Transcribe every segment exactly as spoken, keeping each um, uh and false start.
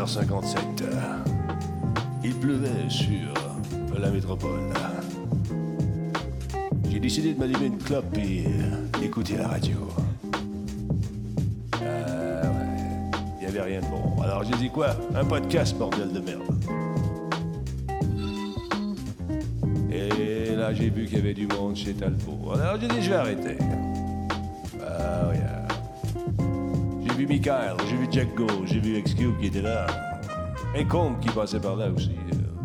heures cinquante-sept. Il pleuvait sur la métropole. J'ai décidé de m'allumer une clope et d'écouter la radio. Euh, ouais. Il n'y avait rien de bon. Alors j'ai dit quoi? Un podcast, bordel de merde. Et là, j'ai vu qu'il y avait du monde chez Talbot. Alors j'ai dit, je vais arrêter. Ah, oui. J'ai vu Michael, j'ai vu Jack Go, j'ai vu X-Cube qui était là. Et Combe qui passait par là aussi.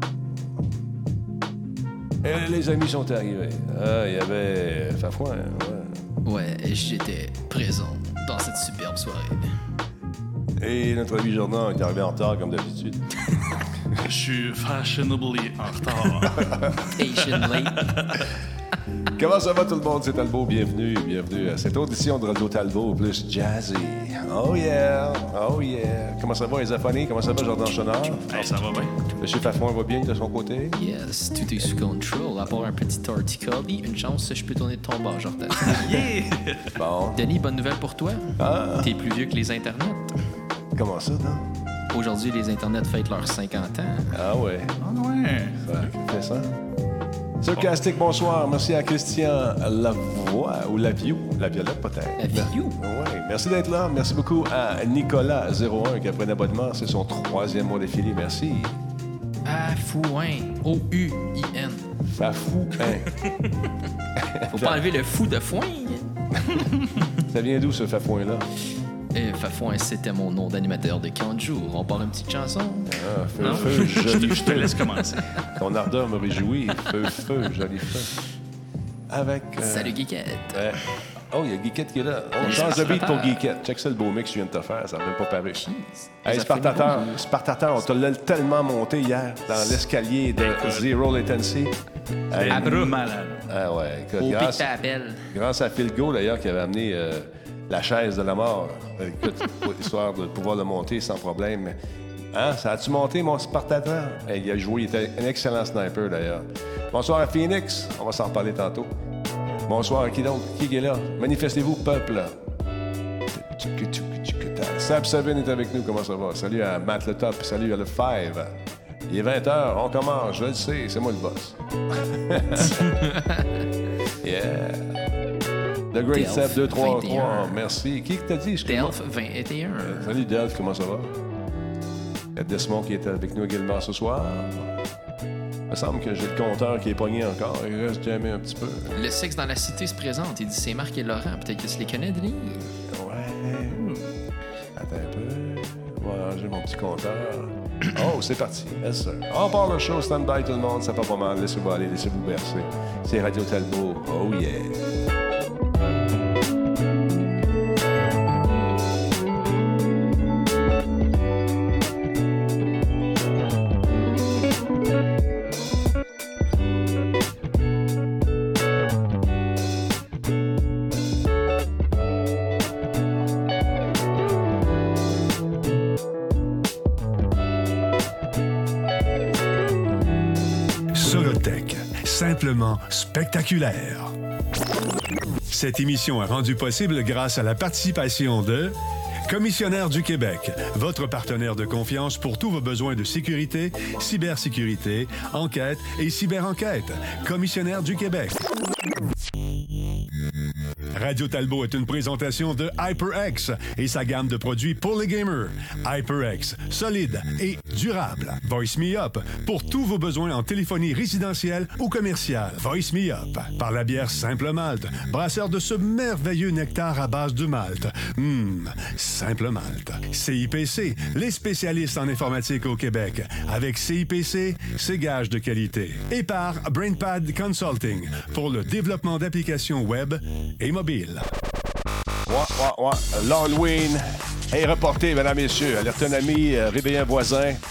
Et les amis sont arrivés. Ah, il y avait Fafouin, ouais. Ouais, j'étais présent dans cette superbe soirée. Et notre ami Jordan est arrivé en retard comme d'habitude. Je suis fashionably en retard. Patiently. Comment ça va tout le monde? C'est Talbot, bienvenue, bienvenue à cette audition de Radio Talbot plus jazzy. Oh yeah, oh yeah. Comment ça va les aphonies? Comment ça va Jordan Chenard? Hey, ça va bien. Monsieur Fafouin va bien de son côté? Yes, tout est sous control. À part un petit torticolis, une chance, je peux tourner de ton bord, Jordan. Yeah! Bon. Denis, bonne nouvelle pour toi. Ah. T'es plus vieux que les internets. Comment ça, non? Aujourd'hui, les internets fêtent leurs cinquante ans. Ah ouais. Ah ouais. Ça fait ça. Sarcastique, bonsoir. Merci à Christian Lavoie, ou Lavio, la Violette peut-être. Lavio? Oui, merci d'être là. Merci beaucoup à Nicolas zéro un qui a pris un abonnement. C'est son troisième mois d'affilée. Merci. Ah, Fouin. O U I N. Fafou, hein. Faut pas enlever le fou de foin. Ça vient d'où, ce Fafouin-là? Euh, Fafouin, c'était mon nom d'animateur de quarante jours. On parle une petite chanson? Ah, feu, Non? feu, Je joli te, je te feu. laisse commencer. Ton ardeur me réjouit. Feu, feu, joli feu. Avec... euh, Salut, Geekette. ouais. Oh, il y a Geekette qui est là. On Les change de beat pour Spartateurs. Geekette. Check ça, le beau mix que je viens de te faire. Ça n'a même pas paru. Jeez. Hey, Ça Spartateur, fait une Spartateur, on te l'a tellement monté hier dans l'escalier de Écoute. Zero Latency. Hey, Abra malade. ah ouais, écoute, Au grâce, pic t'appelles. grâce à Phil Go, d'ailleurs, qui avait amené euh, la chaise de la mort, écoute, pour- histoire de pouvoir le monter sans problème. Hein, ça a-tu monté, mon Spartateur? Hey, il a joué, il était un excellent sniper, d'ailleurs. Bonsoir à Phoenix, on va s'en reparler tantôt. Bonsoir à qui d'autre? Qui est là? Manifestez-vous, peuple. Sab Seven est avec nous, comment ça va? Salut à Matt le Top, salut à le Five. Il est vingt heures, on commence, je le sais, c'est moi le boss. Yeah. The Great Delph, Seb deux trois vingt et trois, un. merci. Qui que t'as dit? excuse-moi? Delph vingt et un. Salut Delph, comment ça va? Il y a Desmond qui est avec nous également ce soir. Il me semble que j'ai le compteur qui est pogné encore. Il reste jamais un petit peu. Le sexe dans la cité se présente. Il dit c'est Marc et Laurent. Peut-être que tu les connais, Denis. Ouais. Attends un peu. On va ranger mon petit compteur. Oh, c'est parti. Yes, sir. On part le show. Stand by tout le monde. Ça part pas mal. Laissez-vous aller. Laissez-vous bercer. C'est Radio Talbot. Oh yeah. Solotech, simplement spectaculaire. Cette émission est rendue possible grâce à la participation de Commissionnaire du Québec, votre partenaire de confiance pour tous vos besoins de sécurité, cybersécurité, enquête et cyberenquête. Commissionnaire du Québec. Radio Talbot est une présentation de HyperX et sa gamme de produits pour les gamers. HyperX, solide et durable. Voice Me Up, pour tous vos besoins en téléphonie résidentielle ou commerciale. Voice Me Up, par la bière Simple Malte, brasseur de ce merveilleux nectar à base de malt. Hum, Simple Malte. C I P C, les spécialistes en informatique au Québec. Avec C I P C, c'est gage de qualité. Et par BrainPad Consulting, pour le développement d'applications web et mobiles. Ouais, ouais, ouais. L'Halloween est reporté, mesdames, messieurs. Alerte un ami, euh, réveillez un voisin.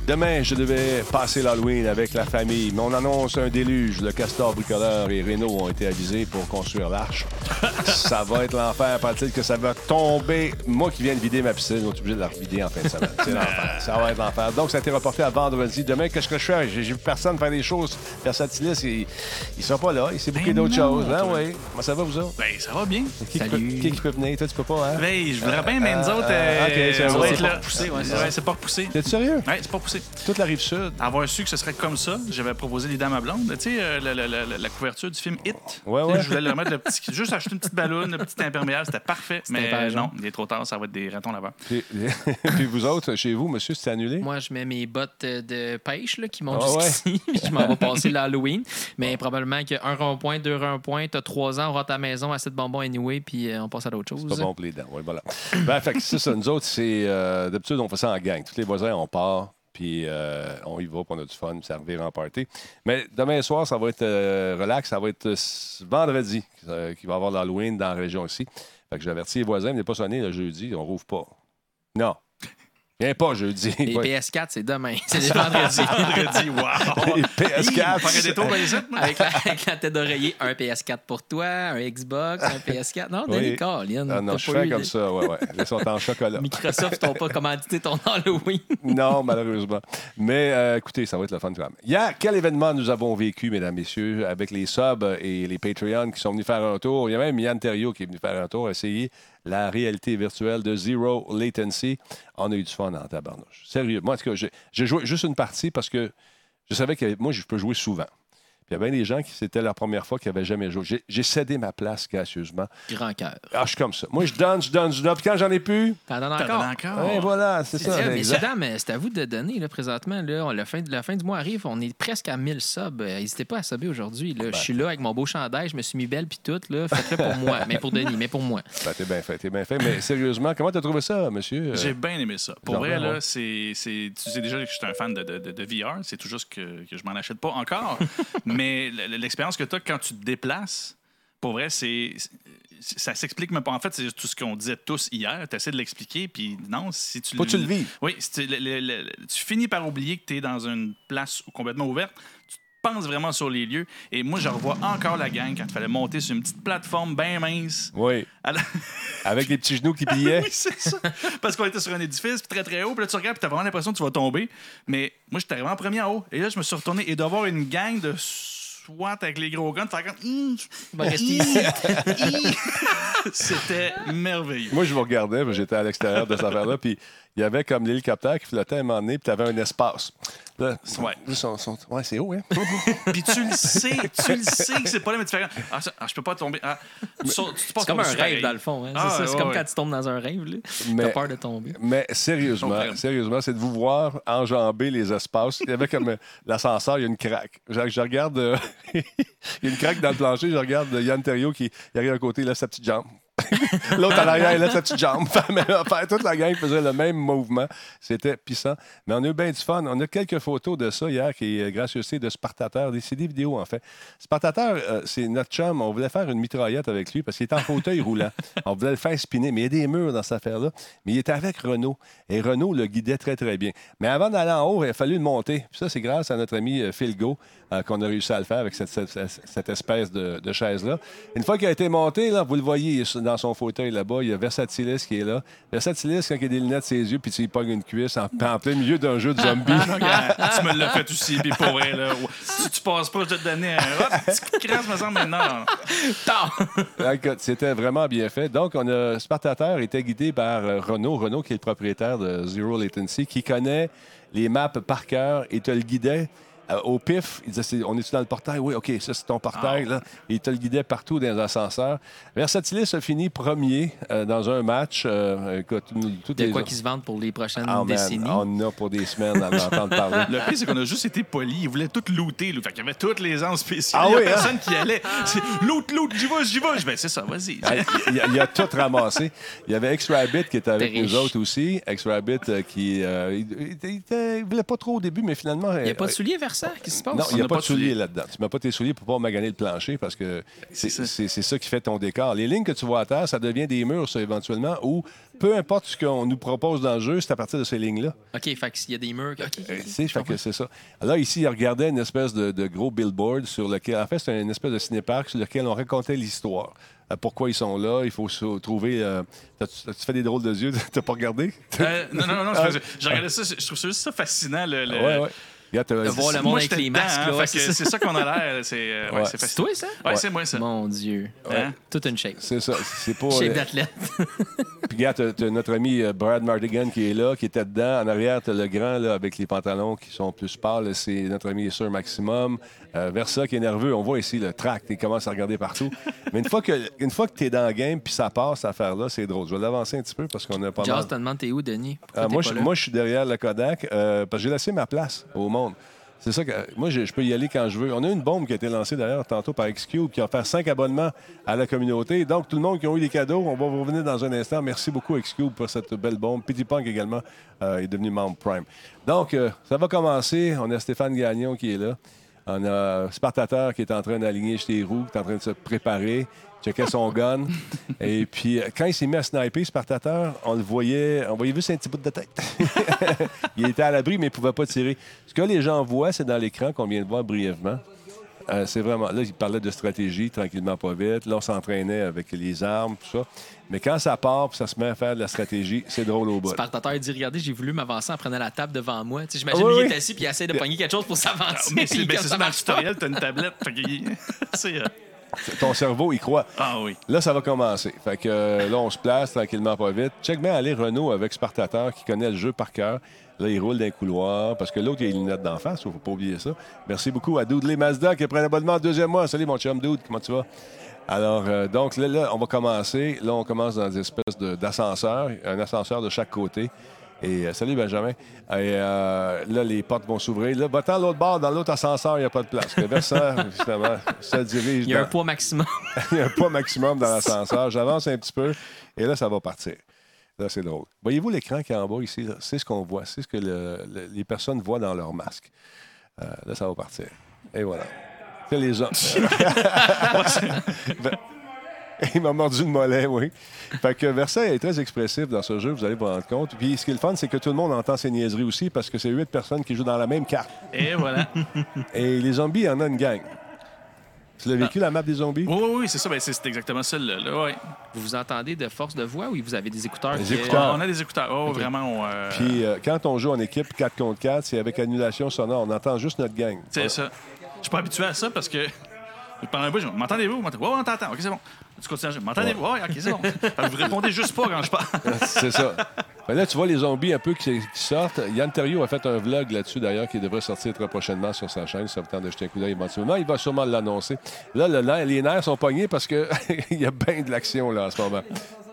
Demain, je devais passer l'Halloween avec la famille, mais on annonce un déluge. Le Castor Bricoleur et Renault ont été avisés pour construire l'arche. Ça va être l'enfer. Paraît-il que ça va tomber. Moi qui viens de vider ma piscine, on est obligé de la revider en fin de semaine. C'est l'enfer. Ça va être l'enfer. Donc, ça a été reporté à vendredi. Demain, qu'est-ce que je fais? J'ai, j'ai vu personne faire des choses. Versatilis, il ne sera pas là. Il s'est bouqué Ben d'autres non, choses. Hein, toi. oui. Comment ça va, vous autres? Ben, ça va bien. Qui, qui, peut, qui, qui peut venir? Toi, tu peux pas, hein? Ben, je voudrais bien, mais nous autres, euh, euh, ok, c'est on bon. va C'est être pas là. repoussé, ouais, c'est Ouais, ça. c'est pas repoussé. T'es sérieux? Ouais, c'est pas repoussé. Toute la rive sud. Avoir su que ce serait comme ça, j'avais proposé l'idée à ma blonde. Tu sais, euh, la, la, la, la couverture du film Hit. Ouais, Tu sais, ouais. Je voulais le remettre, le petit, juste acheter une petite ballonne, un petit imperméable, c'était parfait. Mais pas euh, genre. non, il est trop tard, ça va être des ratons là-bas. Puis, puis vous autres, chez vous, monsieur, c'est annulé? Moi, je mets mes bottes de pêche là, qui montent Ah ouais? jusqu'ici. Je m'en vais passer l'Halloween. Mais probablement qu'un rond-point, deux ronds-points, t'as trois ans, on rentre à la maison, assez de bonbons anyway, puis euh, on passe à d'autres choses. C'est pas bon pour les dents. Ouais, voilà. Ben, fait que c'est ça. Nous autres, c'est. Euh, d'habitude, on fait ça en gang. Tous les voisins, on part, puis euh, on y va, puis on a du fun, puis ça revient en party. Mais demain soir, ça va être euh, relax. Ça va être euh, vendredi euh, qu'il va y avoir l'Halloween dans la région ici. Fait que j'avertis les voisins, venez pas sonner le jeudi, on rouvre pas. Non. Viens pas jeudi. Les Ouais. P S quatre, c'est demain. C'est les vendredis. Vendredi, wow! Les P S quatre. On ferait des tours dans les autres, moi. avec, la, avec la tête d'oreiller, un P S quatre pour toi, un Xbox, un P S quatre. Non, Denis Oui. Colin. Ah non, t'as je pas fais eu comme de- ça, ouais, ouais. Ils sont en chocolat. Microsoft t'ont pas commandité ton Halloween. Non, malheureusement. Mais euh, écoutez, ça va être le fun quand même. Hier, quel événement nous avons vécu, mesdames, messieurs, avec les subs et les Patreons qui sont venus faire un tour. Il y a même Yann Terriot qui est venu faire un tour, essayer la réalité virtuelle de Zero Latency. On a eu du fun en tabarnouche. Sérieux. Moi, en tout cas, j'ai, j'ai joué juste une partie parce que je savais que moi, je peux jouer souvent. Puis il y a bien des gens qui, c'était la première fois qu'ils n'avaient jamais joué. J'ai, j'ai cédé ma place gracieusement. Grand cœur. Ah, je suis comme ça. Moi, je donne, je donne, je donne. Puis quand j'en ai plus, T'en donnes T'en encore. donnes encore. ouais, voilà, c'est ça. Euh, exact. Messieurs, dames, c'est à vous de donner là, présentement. Là, on- la, fin, la fin du mois arrive, on est presque à mille subs. Euh, N'hésitez pas à subber aujourd'hui. Là. Je suis là avec mon beau chandail, je me suis mis belle puis tout. Là. Faites-le pour moi. Mais pour Denis, mais pour moi. Ben, t'es bien fait, t'es bien fait. Mais sérieusement, comment t'as trouvé ça, monsieur? Euh, J'ai bien aimé ça. Pour J'en vrai, reviens, là, ouais. c'est, c'est, tu sais déjà que je suis un fan de, de, de, de V R. C'est tout juste que, que je m'en achète pas encore. Mais l- l'expérience que tu as quand tu te déplaces, pour vrai, c'est, c'est- ça s'explique même pas. En fait, c'est tout ce qu'on disait tous hier. Tu essaies de l'expliquer, puis non, si tu Faut que tu le vives. Oui, si tu, le- le- le- tu finis par oublier que tu es dans une place complètement ouverte. Tu penses vraiment sur les lieux. Et moi, je revois encore la gang quand il fallait monter sur une petite plateforme bien mince. Oui. À la- Avec les petits genoux qui pliaient. oui, c'est ça. Parce qu'on était sur un édifice puis très très haut, puis là tu regardes, puis t'as vraiment l'impression que tu vas tomber. Mais moi, j'étais arrivé en premier en haut. Et là, je me suis retourné et d'avoir une gang de SWAT avec les gros guns, de faire comme. Hum, On va rester ici. hum. C'était merveilleux. Moi, je vous regardais, puis j'étais à l'extérieur de cette affaire-là, puis il y avait comme l'hélicoptère qui flottait à un moment donné, puis tu avais un espace. Là, Ouais. ils sont- sont- ouais, c'est haut, hein? Puis tu le sais, tu le sais que c'est pas là, mais tu fais comme, ah, ça- ah, je peux pas tomber. Ah, tu sautes- tu passes C'est comme un par-dessus rêve, pareil. dans le fond. Hein. Ah, c'est ça, c'est ouais, comme ouais. quand tu tombes dans un rêve. Là. Mais- T'as peur de tomber. Mais sérieusement, comprends. sérieusement, c'est de vous voir enjamber les espaces. Il y avait comme euh, l'ascenseur, il y a une craque. Je, je regarde, euh, il y a une craque dans le plancher, je regarde euh, Yann Terriot qui il arrive à côté, il laisse sa petite jambe. L'autre en arrière, il laisse sa petite jambe. Faire toute la gang faisait le même mouvement. C'était puissant. Mais on a eu bien du fun. On a quelques photos de ça hier qui est gracieuseté de Spartateur. C'est des vidéos, en fait. Spartateur, euh, c'est notre chum. On voulait faire une mitraillette avec lui parce qu'il est en fauteuil roulant. On voulait le faire spinner. Mais il y a des murs dans cette affaire-là. Mais il était avec Renault. Et Renault le guidait très, très bien. Mais avant d'aller en haut, il a fallu le monter. Puis ça, c'est grâce à notre ami euh, Phil Go euh, qu'on a réussi à le faire avec cette, cette- cette- cette espèce de, de chaise-là. Une fois qu'il a été monté, là, vous le voyez dans son fauteuil là-bas, il y a Versatilis qui est là. Versatilis, quand il a des lunettes sur ses yeux, puis tu lui pognes une cuisse en, en plein milieu d'un jeu de zombies. Regarde, tu me l'as fait aussi, puis pour vrai, là. Si tu passes pas, je vais te donner un hop, petit coup de crasse, me semble, maintenant. Écoute, c'était vraiment bien fait. Donc, on a Spartateur était guidé par euh, Renaud. Renaud, qui est le propriétaire de Zero Latency, qui connaît les maps par cœur et te le guidait. Euh, au pif, il disait, c'est- on est-tu dans le portail? Oui, OK, ça, c'est ton portail. Là. Et il te le guidait partout dans les ascenseurs. Versatilis a fini premier euh, dans un match. Euh, écoute, nous, toutes De les quoi autres- qui se vendent pour les prochaines Ah, man, décennies. on en a pour des semaines à l'entendre parler. Le pire, c'est qu'on a juste été polis. Ils voulaient tout looter. Là. Fait qu'il y avait toutes les ans spéciales. Ah Il y a oui, hein? personne qui allait. C'est loot, loot, j'y vais, j'y vais. Je ben, c'est ça, vas-y. Hey, Il a, il a tout ramassé. Il y avait X-Rabbit qui était avec T'es nous riche. autres aussi. X-Rabbit euh, qui. euh, il, il, il était- il voulait pas trop au début, mais finalement. Il n'y a pas de souliers vers commerçant? Qu'est-ce qui se passe? Non, il n'y a n'a pas pas de souliers de- là-dedans. Tu ne mets pas tes souliers pour pas maganer le plancher parce que c'est C'est ça. c'est- c'est ça qui fait ton décor. Les lignes que tu vois à terre, ça devient des murs, ça, éventuellement, ou peu importe ce qu'on nous propose dans le jeu, c'est à partir de ces lignes-là. OK, fait qu'il y a des murs. OK, OK, Euh, OK. Tu sais, fait que c'est ça. Là, ici, il regardait une espèce de, de gros billboard sur lequel, en fait, c'est une espèce de cinéparc sur lequel on racontait l'histoire. Euh, pourquoi ils sont là, il faut se trouver... Euh, t'as-tu, t'as-tu fait des drôles de yeux? T'as pas regardé? Euh, non, non, non, c'est parce que j'ai regardé ça, je trouve ça juste ça fascinant. Le, le- Ouais, ouais. Regarde, t'as- De voir le Moi, monde avec j'étais les dedans, masques, hein, là, fait ouais, que c'est ça. c'est ça qu'on a l'air. C'est euh, ouais, Ouais. c'est C'est fascinant. toi, ça? Ouais, c'est moi, ça. Mon Dieu. Hein? Toute une shape. C'est ça. C'est pas... Shape euh, d'athlète. Puis regarde, t'as, t'as notre ami euh, Brad Mardigan qui est là, qui était dedans. En arrière, t'as le grand là, avec les pantalons qui sont plus pâles. C'est notre ami Sir Maximum. Euh, Versa qui est nerveux. On voit ici le tract. Il commence à regarder partout. Mais une fois que, une fois que t'es dans le game puis ça passe, cette affaire-là, c'est drôle. Je vais l'avancer un petit peu parce qu'on a pas mal... Jazz te demande t'es où, Denis? Pourquoi Ah, t'es moi, pas je, là? moi, je suis derrière le Kodak euh, parce que j'ai laissé ma place au monde. C'est ça que moi, je, je peux y aller quand je veux. On a une bombe qui a été lancée d'ailleurs tantôt par X-Cube qui a offert cinq abonnements à la communauté. Donc, tout le monde qui a eu des cadeaux, on va vous revenir dans un instant. Merci beaucoup, X-Cube, pour cette belle bombe. Petit Punk également euh, est devenu membre Prime. Donc, euh, ça va commencer. On a Stéphane Gagnon qui est là. On a Spartateur qui est en train d'aligner chez les roues, qui est en train de se préparer, checker son gun. Et puis, euh, quand il s'est mis à sniper, Spartateur, on le voyait, on voyait juste un petit bout de tête. Il était à l'abri, mais il ne pouvait pas tirer. Ce que les gens voient, c'est dans l'écran qu'on vient de voir brièvement. Euh, c'est vraiment... Là, il parlait de stratégie, tranquillement, pas vite. Là, on s'entraînait avec les armes, tout ça. Mais quand ça part puis ça se met à faire de la stratégie, c'est drôle au bout. Spartateur dit regardez, j'ai voulu m'avancer en prenant la table devant moi. Tu sais, j'imagine Oui, lui, il oui. est assis puis il essaie de pogner quelque chose pour s'avancer. Mais c'est Puis ben, quand c'est ça ça, dans le marche pas- tutoriel, t'as une tablette. Fait que, c'est, euh, Ton cerveau, il croit. Ah oui. Là, ça va commencer. Fait que euh, là, on se place tranquillement, pas vite. Check bien aller Renault avec Spartateur qui connaît le jeu par cœur. Là, il roule dans les couloirs parce que l'autre, il a les lunettes d'en face. Il ne faut pas oublier ça. Merci beaucoup à Doodley Mazda qui a pris un abonnement en deuxième mois. Salut, mon chum Dude. Comment tu vas? Alors, euh, donc là, là, on va commencer. Là, on commence dans des espèces de- d'ascenseurs. Un ascenseur de chaque côté. Et euh, salut, Benjamin. Et euh, là, les portes vont s'ouvrir. Là, va-t'en l'autre bord, dans l'autre ascenseur, il n'y a pas de place. Le versant, justement, ça dirige Il y a un dans- poids maximum. il y a un poids maximum dans l'ascenseur. J'avance un petit peu et là, ça va partir. Là, c'est drôle. Voyez-vous l'écran qui est en bas ici? Là? C'est ce qu'on voit. C'est ce que le- le- les personnes voient dans leur masque. Euh, là, ça va partir. Et voilà. C'est les gens. Ben, il m'a mordu le mollet, oui. Fait que Versailles est très expressif dans ce jeu, vous allez vous rendre compte. Puis ce qui est le fun, c'est que tout le monde entend ses niaiseries aussi parce que c'est huit personnes qui jouent dans la même carte. Et voilà. Et les zombies, il y en a une gang. Tu l'as vécu, la map des zombies? Oui, oui, oui, c'est ça. Ben, c'est, c'est exactement ça. Là, là, ouais. Vous vous entendez de force de voix ou vous avez des écouteurs? Des qui- écouteurs. On a des écouteurs. Oh, Ok. vraiment. On, euh, Puis euh, quand on joue en équipe quatre contre quatre, c'est avec annulation sonore. On entend juste notre gang. c'est ça. Je suis pas habitué à ça parce que pendant un bout, je dis, m'entendez-vous? Oui, on t'entend. OK, c'est bon. Tu continues à dire, m'entendez-vous? Oui, OK, c'est bon. Fait que vous répondez juste pas quand je parle. C'est ça. Ben là, tu vois les zombies un peu qui, qui sortent. Yann Terriot a fait un vlog là-dessus, d'ailleurs, qui devrait sortir très prochainement sur sa chaîne. Ça vous tente de jeter un coup d'œil éventuellement. Il va sûrement l'annoncer. Là, le nerf- les nerfs sont pognés parce qu'il y a bien de l'action là, en ce moment.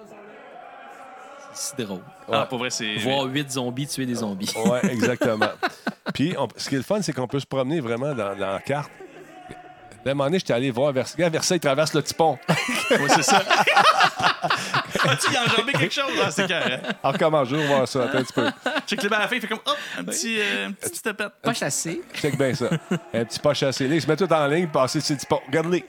C'est drôle. Ah, pour vrai, c'est. Voir huit zombies tuer des zombies. Oui, exactement. Puis, on- ce qui est le fun, c'est qu'on peut se promener vraiment dans, dans la carte. À un moment donné, j'étais allé voir Versailles. Versailles traverse le petit pont. Oui, c'est ça. As-tu enjambé quelque chose? Ah, c'est carré. Alors, comment je vais voir ça? Attends un petit peu. Check les balles à la fin, il fait comme hop, un petit, euh, une petite tapette. Pas chassé. Check bien ça. Un petit pas chassé. Là, ils se mettent tout en ligne, passer sur le petit pont. Regarde-les.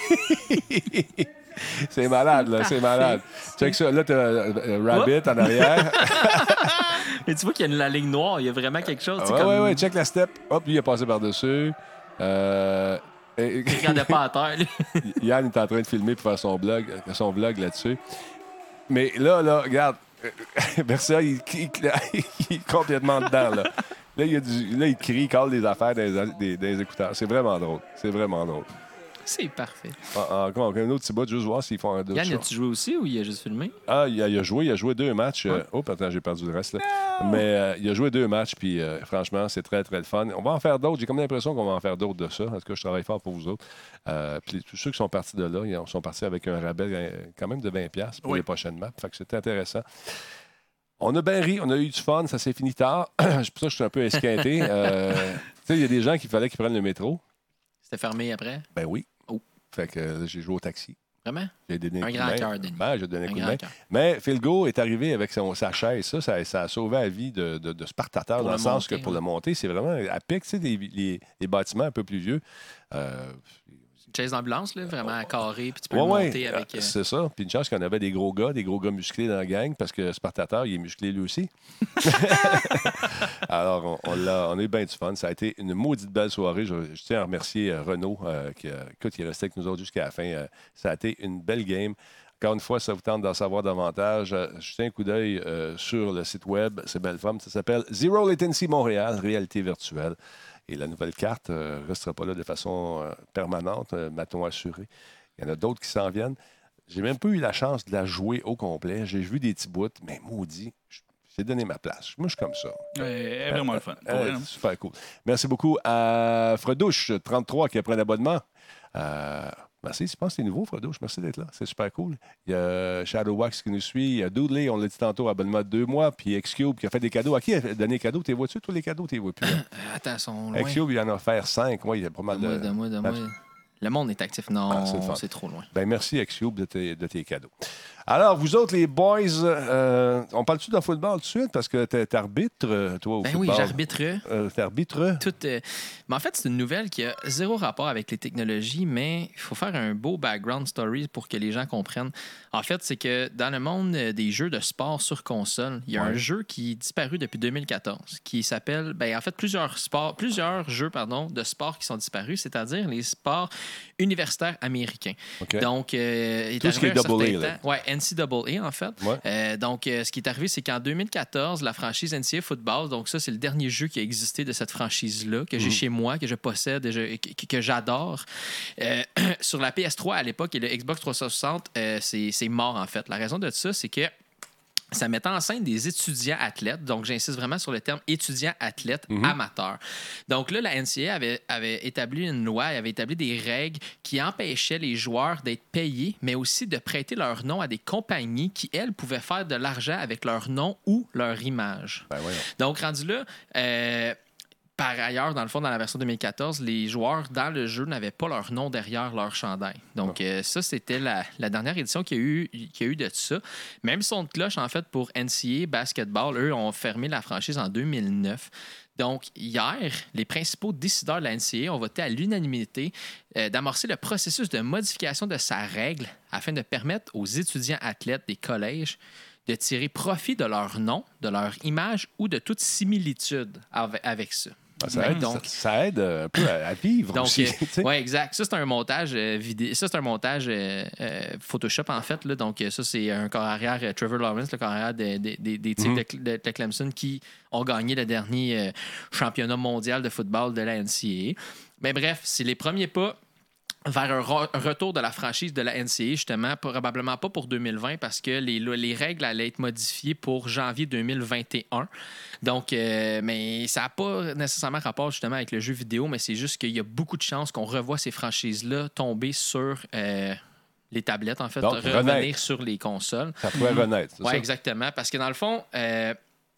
C'est malade, là. C'est malade. Check ça. Là, t'as euh, Rabbit en arrière. Et tu vois qu'il y a la ligne noire, il y a vraiment quelque chose. tu sais, Oui, comme... oui, oui. Check la step. Hop, lui, il a passé par-dessus. Euh... et- Il regardait pas à terre. lui. Yann est en train de filmer pour faire son blog, son vlog là-dessus. Mais là, là, regarde. Versailles, il, il- il est complètement dedans, là. Là, il, y a du, là, il crie, il cale des affaires dans les, des- dans les écouteurs. C'est vraiment drôle. C'est vraiment drôle. C'est parfait. En- Encore un autre petit bout, juste voir s'ils font un deux Yann, shows. as-tu joué aussi ou il a juste filmé? Ah, il a, il a joué, il a joué deux matchs. Euh, oh, attends, j'ai perdu le reste, là. Mais euh, il a joué deux matchs, puis euh, franchement, c'est très, très le fun. On va en faire d'autres. J'ai comme l'impression qu'on va en faire d'autres de ça. En tout cas, je travaille fort pour vous autres. Euh, puis tous ceux qui sont partis de là, ils ont- sont partis avec un rabais euh, quand même de vingt dollars pour Oui. les prochaines maps. Fait que c'était intéressant. On a bien ri, on a eu du fun, ça s'est fini tard. C'est pour ça que je suis un peu esquinté. Euh, tu sais, il y a des gens qui fallait qu'ils prennent le métro. C'était fermé après. Ben oui. Oh. Fait que euh, j'ai joué au taxi. Vraiment? J'ai donné un coup de grand main. cœur, Denis. Ben, j'ai donné un, Un coup de grand main. cœur. Mais Phil Go est arrivé avec son, sa chaise. Ça, ça, ça a sauvé la vie de, de, de Spartateur, Pour dans le le sens monter, que pour ouais. le monter, c'est vraiment à pic, tu sais, les, les, les bâtiments un peu plus vieux. Euh, Chaise d'ambulance, là, vraiment carré, puis tu peux ouais, le monter ouais, avec... euh, c'est ça. Puis une chance qu'on avait des gros gars, des gros gars musclés dans la gang, parce que Spartateur, il est musclé lui aussi. Alors, on, on, l'a, on a eu bien du fun. Ça a été une maudite belle soirée. Je, je tiens à remercier euh, Renaud, euh, qui, euh, écoute, qui est resté avec nous autres jusqu'à la fin. Euh, ça a été une belle game. Encore une fois, si ça vous tente d'en savoir davantage, euh, jetez un coup d'œil euh, sur le site web. C'est belle femme. Ça s'appelle Zero Latency Montréal, réalité virtuelle. Et la nouvelle carte ne euh, restera pas là de façon euh, permanente, euh, m'a-t-on assuré. Il y en a d'autres qui s'en viennent. J'ai même pas eu la chance de la jouer au complet. J'ai vu des petits bouts, mais maudit, j'ai donné ma place. Moi, je suis comme ça. Elle est vraiment le fun. Pour Euh, vrai, hein. super cool. Merci beaucoup à Fredouche, trente-trois, qui a pris un abonnement. Euh, merci, je pense que c'est nouveau, Fredouche. Merci d'être là. C'est super cool. Il y a Shadowwax qui nous suit. Il y a Doodley, on l'a dit tantôt, abonnement de deux mois. Puis X-Cube qui a fait des cadeaux. À qui a donné des cadeaux? T'es vois-tu, tous les cadeaux? T'es vois plus. Euh, attends, ils sont loin. X-Cube, il en a offert cinq. Oui, il y a pas mal Donne-moi, de. donne-moi, donne-moi. Le monde est actif. Non, Ah, c'est le fun. c'est trop loin. Ben, merci, X-Cube, de tes, de tes cadeaux. Alors, vous autres, les boys, euh, on parle-tu de football tout de suite? Parce que t'es arbitre, toi, au Ben football. oui, j'arbitre. Euh, t'es arbitre? Tout, euh, Mais en fait, c'est une nouvelle qui a zéro rapport avec les technologies, mais il faut faire un beau background story pour que les gens comprennent. En fait, c'est que dans le monde des jeux de sport sur console, il y a Ouais. un jeu qui est disparu depuis deux mille quatorze, qui s'appelle, ben, en fait, plusieurs sports, plusieurs jeux, pardon, de sport qui sont disparus, c'est-à-dire les sports universitaires américains. OK. Donc, euh, il est Tout ce qui arrivé est un double certain A, là. temps- Ouais, N C double A, en fait. Ouais. Euh, donc, euh, ce qui est arrivé, c'est qu'en deux mille quatorze, la franchise N C A A Football, donc ça, c'est le dernier jeu qui a existé de cette franchise-là, que j'ai chez moi, que je possède, et je- que, que j'adore. Euh, sur la P S trois à l'époque et le Xbox trois cent soixante, euh, c'est, c'est mort, en fait. La raison de ça, c'est que ça mettait en scène des étudiants athlètes. Donc, j'insiste vraiment sur le terme étudiants athlètes Mhm. amateurs. Donc là, la N C A A avait, avait établi une loi, avait établi des règles qui empêchaient les joueurs d'être payés, mais aussi de prêter leur nom à des compagnies qui, elles, pouvaient faire de l'argent avec leur nom ou leur image. Ben voyons. Donc, rendu là, euh, par ailleurs, dans le fond, dans la version deux mille quatorze, les joueurs dans le jeu n'avaient pas leur nom derrière leur chandail. Donc, euh, ça, c'était la, la dernière édition qu'il y a eu, qu'il y a eu de ça. Même son de cloche, en fait, pour N C A A Basketball, eux, ont fermé la franchise en deux mille neuf. Donc, hier, les principaux décideurs de la N C A A ont voté à l'unanimité euh, d'amorcer le processus de modification de sa règle afin de permettre aux étudiants athlètes des collèges de tirer profit de leur nom, de leur image ou de toute similitude avec, avec ça. Ah, ça, aide, Donc- ça, ça aide un peu à, à vivre Donc, aussi. euh, tu sais. ouais, exact. Ça, c'est un montage euh, vidéo. Ça, c'est un montage euh, euh, Photoshop, en fait. Là. Donc, euh, ça, c'est un corps arrière, euh, Trevor Lawrence, le corps arrière de- de- de- des Tigres Mhm. de, de- de Clemson qui ont gagné le dernier euh, championnat mondial de football de la N C A A. Mais bref, c'est les premiers pas vers un, re- un retour de la franchise de la N C A A, justement, probablement pas pour deux mille vingt parce que les, les règles allaient être modifiées pour janvier deux mille vingt et un. Donc, euh, mais ça n'a pas nécessairement rapport justement avec le jeu vidéo, mais c'est juste qu'il y a beaucoup de chances qu'on revoie ces franchises-là tomber sur euh, les tablettes, en fait, Donc, revenir renaître. sur les consoles. Ça pourrait renaître, c'est Oui, ça? exactement. Parce que dans le fond, euh,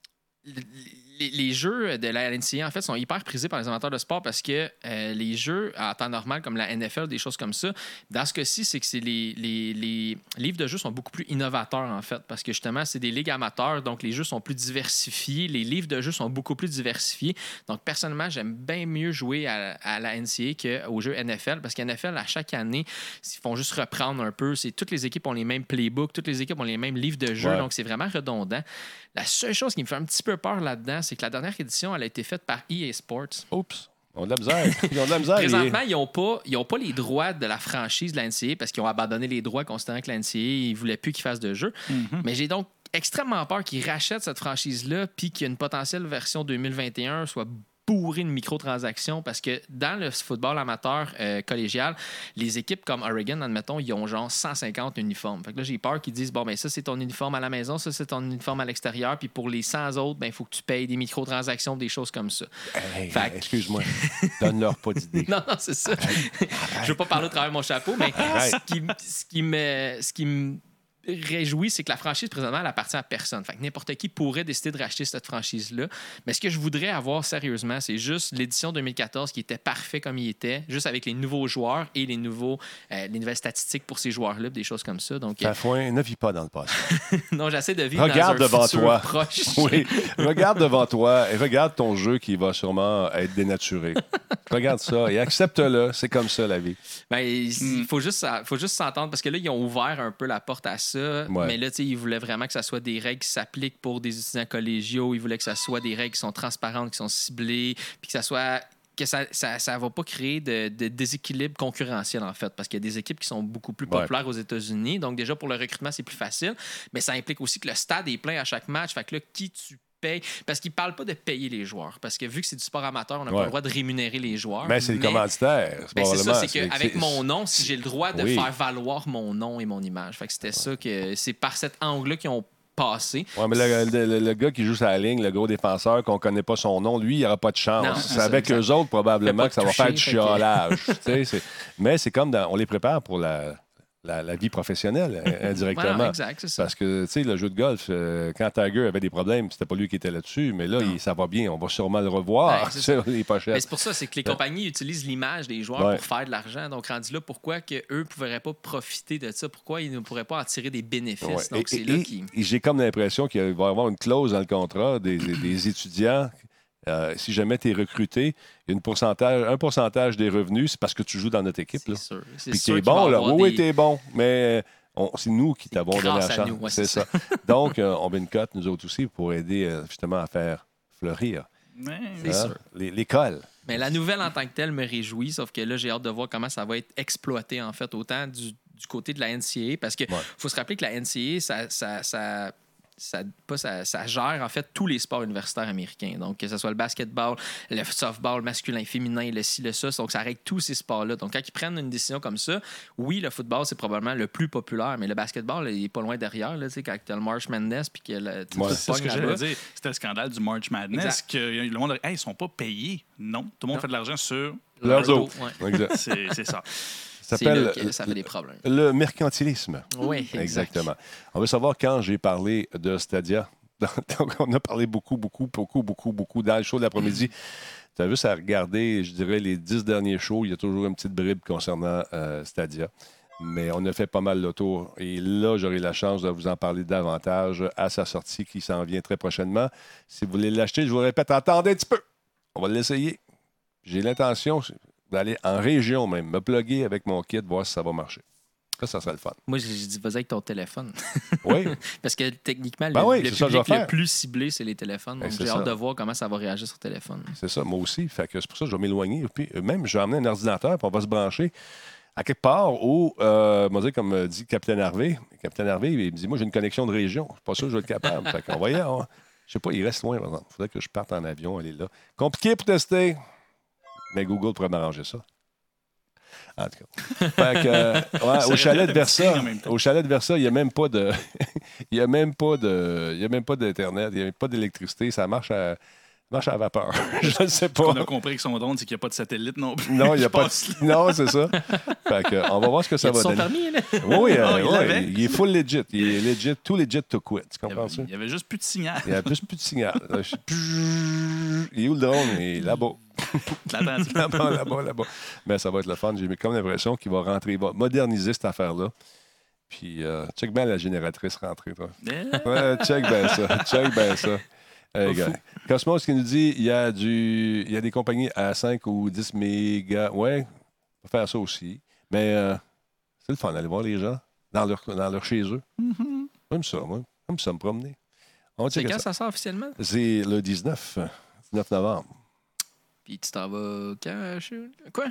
les, les jeux de la N C A A, en fait, sont hyper prisés par les amateurs de sport parce que euh, les jeux en temps normal, comme la N F L, des choses comme ça, dans ce cas-ci, c'est que c'est les, les, les livres de jeux sont beaucoup plus innovateurs, en fait, parce que justement, c'est des ligues amateurs, donc les jeux sont plus diversifiés, les livres de jeux sont beaucoup plus diversifiés. Donc, personnellement, j'aime bien mieux jouer à, à la N C A A qu'au jeu N F L, parce qu'N F L, à chaque année, ils font juste reprendre un peu. C'est, toutes les équipes ont les mêmes playbooks, toutes les équipes ont les mêmes livres de jeux, Ouais. donc c'est vraiment redondant. La seule chose qui me fait un petit peu peur là-dedans, c'est que la dernière édition, elle a été faite par E A Sports. Oups. Ils ont de la misère. Ils ont de la misère. Présentement, ils n'ont pas, ils ont pas les droits de la franchise de la N C A A parce qu'ils ont abandonné les droits considérant que la N C A A ne voulait plus qu'ils fassent de jeu. Mais j'ai donc extrêmement peur qu'ils rachètent cette franchise-là puis qu'il y ait une potentielle version deux mille vingt et un soit bourrée de microtransactions parce que dans le football amateur euh, collégial, les équipes comme Oregon, admettons, ils ont genre cent cinquante uniformes. Fait que là, j'ai peur qu'ils disent, bon, ben ça, c'est ton uniforme à la maison, ça, c'est ton uniforme à l'extérieur, puis pour les cent autres, ben il faut que tu payes des microtransactions, des choses comme ça. Hey, Fait que- excuse-moi. Donne-leur pas d'idée. Non, non, c'est ça. Je veux pas parler au travers de mon chapeau, mais ce qui, ce qui me... Ce qui me réjouis, c'est que la franchise, présentement, elle appartient à personne. Fait que n'importe qui pourrait décider de racheter cette franchise-là. Mais ce que je voudrais avoir sérieusement, c'est juste l'édition deux mille quatorze qui était parfait comme il était, juste avec les nouveaux joueurs et les, nouveaux, euh, les nouvelles statistiques pour ces joueurs-là, des choses comme ça. Donc, Fafouin, ne vis pas dans le passé. non, j'essaie de vivre regarde dans un devant futur toi. proche. Oui, regarde devant toi et regarde ton jeu qui va sûrement être dénaturé. Regarde ça et accepte-le. C'est comme ça, la vie. Ben, il Mm. faut juste, faut juste s'entendre parce que là, ils ont ouvert un peu la porte à ça. Ouais. Mais là, tu sais, ils voulaient vraiment que ça soit des règles qui s'appliquent pour des étudiants collégiaux. Ils voulaient que ça soit des règles qui sont transparentes, qui sont ciblées, puis que ça soit. que ça ça, ça va pas créer de, de déséquilibre concurrentiel, en fait, parce qu'il y a des équipes qui sont beaucoup plus populaires Ouais. aux États-Unis. Donc, déjà, pour le recrutement, c'est plus facile. Mais ça implique aussi que le stade est plein à chaque match. Fait que là, qui tu payes? Parce qu'ils parlent pas de payer les joueurs. Parce que vu que c'est du sport amateur, on n'a Ouais. pas le droit de rémunérer les joueurs. Mais c'est le commanditaire. Ben, c'est ça, probablement. c'est qu'avec mon nom, si j'ai le droit de Oui. faire valoir mon nom et mon image. Fait que c'était ça que c'est par cet angle-là qu'ils ont passé. Ouais, mais le, le- le- le gars qui joue sur la ligne, le gros défenseur, qu'on connaît pas son nom, lui, il n'aura pas de chance. Non, c'est c'est avec ça, eux autres, probablement, Fait que pas ça va toucher, faire du fait que- chiolage. tu sais, c'est- Mais c'est comme dans, on les prépare pour la, la, la vie professionnelle, in- indirectement. Voilà, exact, c'est ça. Parce que, tu sais, le jeu de golf, euh, quand Tiger avait des problèmes, c'était pas lui qui était là-dessus, mais là, il- ça va bien. On va sûrement le revoir Ouais, c'est sur les Mais pochettes. c'est pour ça, c'est que les compagnies utilisent l'image des joueurs Ouais. pour faire de l'argent. Donc, rendu là, pourquoi qu'eux ne pourraient pas profiter de ça? Pourquoi ils ne pourraient pas en tirer des bénéfices? Ouais. Donc, Et- c'est et- là et- qui. et j'ai comme l'impression qu'il va y avoir une clause dans le contrat des, des étudiants. Euh, si jamais tu es recruté, il y a une pourcentage, un pourcentage des revenus, c'est parce que tu joues dans notre équipe. C'est Là. sûr. C'est Puis sûr t'es qu'il va bon, y là. avoir Oui, oui, des- t'es bon. Mais on- c'est nous qui t'avons donné la grâce à chance. nous, ouais, c'est c'est ça. Donc, euh, on met une cote, nous autres aussi, pour aider euh, justement à faire fleurir Ouais. C'est hein, sûr. les- l'école. Mais la nouvelle en tant que telle me réjouit, sauf que là, j'ai hâte de voir comment ça va être exploité, en fait, autant du, du côté de la N C A A, parce qu'il Ouais. faut se rappeler que la N C A A, ça, ça, ça, ça, pas, ça, ça gère, en fait, tous les sports universitaires américains. Donc, que ce soit le basketball, le softball masculin, féminin, le ci, le ça. Donc, ça règle tous ces sports-là. Donc, quand ils prennent une décision comme ça, oui, le football, c'est probablement le plus populaire, mais le basketball, il est pas loin derrière, là, tu sais, quand tu as le March Madness, puis que le, tout Ouais. tout C'est ce que pogne j'allais là-bas. dire. C'était le scandale du March Madness. Exact. Que le monde a dit, hey, ils sont pas payés. Non, tout le monde Non. fait de l'argent sur. Leur Leur dos. ouais. Exact. C'est c'est ça. Ça C'est là s'appelle que ça fait des problèmes. le mercantilisme. Oui, exact. Exactement. On veut savoir quand j'ai parlé de Stadia. Donc, on a parlé beaucoup, beaucoup, beaucoup, beaucoup, beaucoup dans le show de l'après-midi. Tu as juste à regarder, je dirais, les dix derniers shows. Il y a toujours une petite bribe concernant euh, Stadia. Mais on a fait pas mal le tour. Et là, j'aurai la chance de vous en parler davantage à sa sortie qui s'en vient très prochainement. Si vous voulez l'acheter, je vous répète, attendez un petit peu. On va l'essayer. J'ai l'intention d'aller en région même, me plugger avec mon kit, voir si ça va marcher. Ça, ça serait le fun. Moi, j'ai dit, vas-y avec ton téléphone. Oui, Parce que techniquement, Ben le, oui, le c'est ça que je vais public le faire. plus ciblé, c'est les téléphones. Ben, Donc, c'est j'ai ça. hâte de voir comment ça va réagir sur téléphone. c'est ça, moi aussi. Fait que c'est pour ça que je vais m'éloigner. Puis euh, même, je vais amener un ordinateur, puis on va se brancher à quelque part où, euh, on va dire, comme euh, dit Capitaine Harvey, Capitaine Harvey, il me dit, moi, j'ai une connexion de région. Je suis pas sûr que je vais être capable. Fait qu'on va y aller. hein. Je sais pas, il reste loin, par exemple. Il faudrait que je parte en avion, aller là. Compliqué pour tester. Mais Google pourrait m'arranger ça. En tout cas. Fait que, euh, ouais, Ça au chalet de aurait été Versa, en même temps. au chalet de Versa, il n'y a même pas de. Il n'y a même pas de. Il y a même pas d'Internet, il n'y a même pas d'électricité. Ça marche à, marche à vapeur. Je ne sais pas. Ce qu'on a compris avec son drone, c'est qu'il n'y a pas de satellite non plus. Non, il n'y Je a pas pense. de... Non, c'est ça. Fait que, on va voir ce que ça Il y a va son donner. permis, là. Oui, oui, euh, Ah, il ouais, l'avait? il est full legit. Il est legit, tout legit to quit. Tu Il y comprends avait- ça? Il y avait juste plus de signal. Il n'y a plus, plus de signal. Là, je- Il est où le drone? Il est là-bas. L'attention. Là-bas, là-bas, là-bas. Mais ça va être le fun. J'ai comme l'impression qu'il va rentrer, il va moderniser cette affaire-là. Puis, euh, check bien la génératrice rentrée, toi. Eh, Ouais, check bien ça. Check bien ça. Hey, gars. Cosmos qui nous dit il y a du il y a des compagnies à cinq ou dix mégas. Ouais, on va faire ça aussi. Mais euh, c'est le fun d'aller voir les gens dans leur, dans leur chez eux. J'aime ça, moi. J'aime ça me promener. On va C'est checker quand ça. ça sort officiellement? C'est le dix-neuf, dix-neuf novembre. Puis tu t'en vas quand? je- Quoi?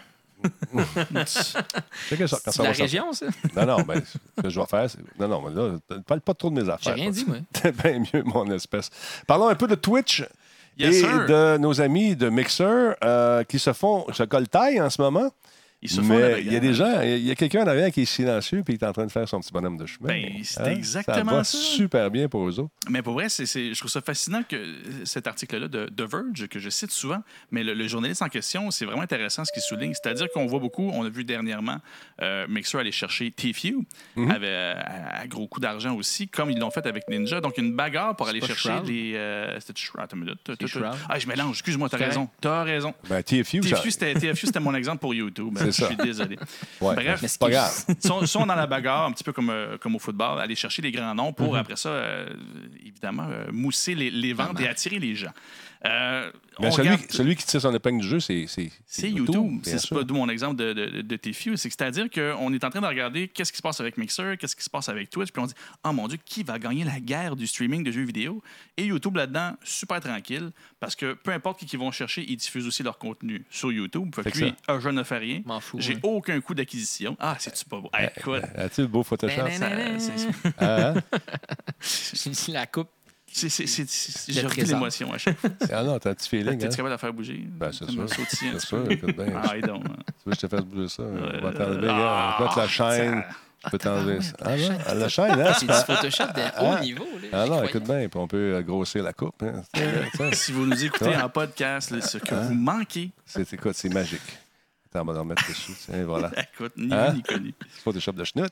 Checker ça. Quand C'est ça la va sortir. région, ça? Non, non, ben, ce que je vais faire, c'est. Non, non, mais là, ne parle pas trop de mes J'ai affaires. rien là. dit, moi. C'est bien mieux, mon espèce. Parlons un peu de Twitch. Yes, et sir. de nos amis de Mixer euh, qui se font, se coltaillent en ce moment. Ils se font la Mais bagarre. il y a des gens, il y a quelqu'un en arrière qui est silencieux puis il est en train de faire son petit bonhomme de chemin. Ben, c'est Hein? exactement ça. va ça. super bien pour eux autres. Mais pour vrai, c'est, c'est- je trouve ça fascinant que cet article-là de The Verge, que je cite souvent, mais le, le journaliste en question, c'est vraiment intéressant ce qu'il souligne. C'est-à-dire qu'on voit beaucoup, on a vu dernièrement euh, Mixer aller chercher T-Few Mhm. avec, euh, à, à gros coup d'argent aussi, comme ils l'ont fait avec Ninja. Donc, une bagarre pour C'est aller pas chercher Shroud? les... Euh, c'était Shroud, attends une minute. C'est Shroud. Ah, je mélange, excuse-moi, t'as C'est raison. T'as raison. Ben, T F U, ça... T F U, c'était, T F U, c'était mon exemple pour YouTube. C'est Je ça. suis désolé. Ouais, Bref, c'est pas grave. Ils sont, sont dans la bagarre, un petit peu comme, euh, comme au football, aller chercher les grands noms pour, Mhm. après ça, euh, évidemment, euh, mousser les, les ventes et attirer les gens. Euh, Mais on celui, regarde- celui qui tire son épingle du jeu, c'est c'est c'est YouTube. bien C'est sûr. pas d'où mon exemple de, de, de T F U. C'est que c'est-à-dire qu'on est en train de regarder qu'est-ce qui se passe avec Mixer, qu'est-ce qui se passe avec Twitch, puis on dit « Oh mon Dieu, qui va gagner la guerre du streaming de jeux vidéo? » Et YouTube là-dedans, super tranquille, parce que peu importe qui qu'ils vont chercher, ils diffusent aussi leur contenu sur YouTube. Fait que Fait que lui, ça- ah, je ne fais rien. M'en fous. J'ai ouais. aucun coût d'acquisition. Ah, c'est-tu pas beau? Hey, écoute, As-tu le beau Photoshop? Ben, ça- ben, c'est- Ah, hein? La coupe. c'est- c'est- c'est- c'est- Le j'ai repris trésor. l'émotion à chaque fois. Ah non, t'as un petit feeling. T'es-tu Hein? capable de la faire bouger? Ben, c'est Ça sûr. me sautille un C'est petit peu. sûr, écoute bien. Ah, I don't. Tu veux que je te fasse bouger ça? On va Euh, t'enlever, ah, regarde, on va mettre la chaîne. ça- Je peux t'enlever ça. Ah la non, chaîne. ah, la chaîne, hein? C'est du Photoshop de haut Ah. niveau. Là, Ah non, incroyable. écoute bien, puis on peut euh, grossir la coupe. Hein. C'est- Si vous nous écoutez Ouais. en podcast, là, ce que Hein? vous manquez, C'est écoute, c'est magique. Attends, on va en remettre dessus. Tiens, voilà. écoute, ni Hein? vu ni connu. Photoshop de schnout.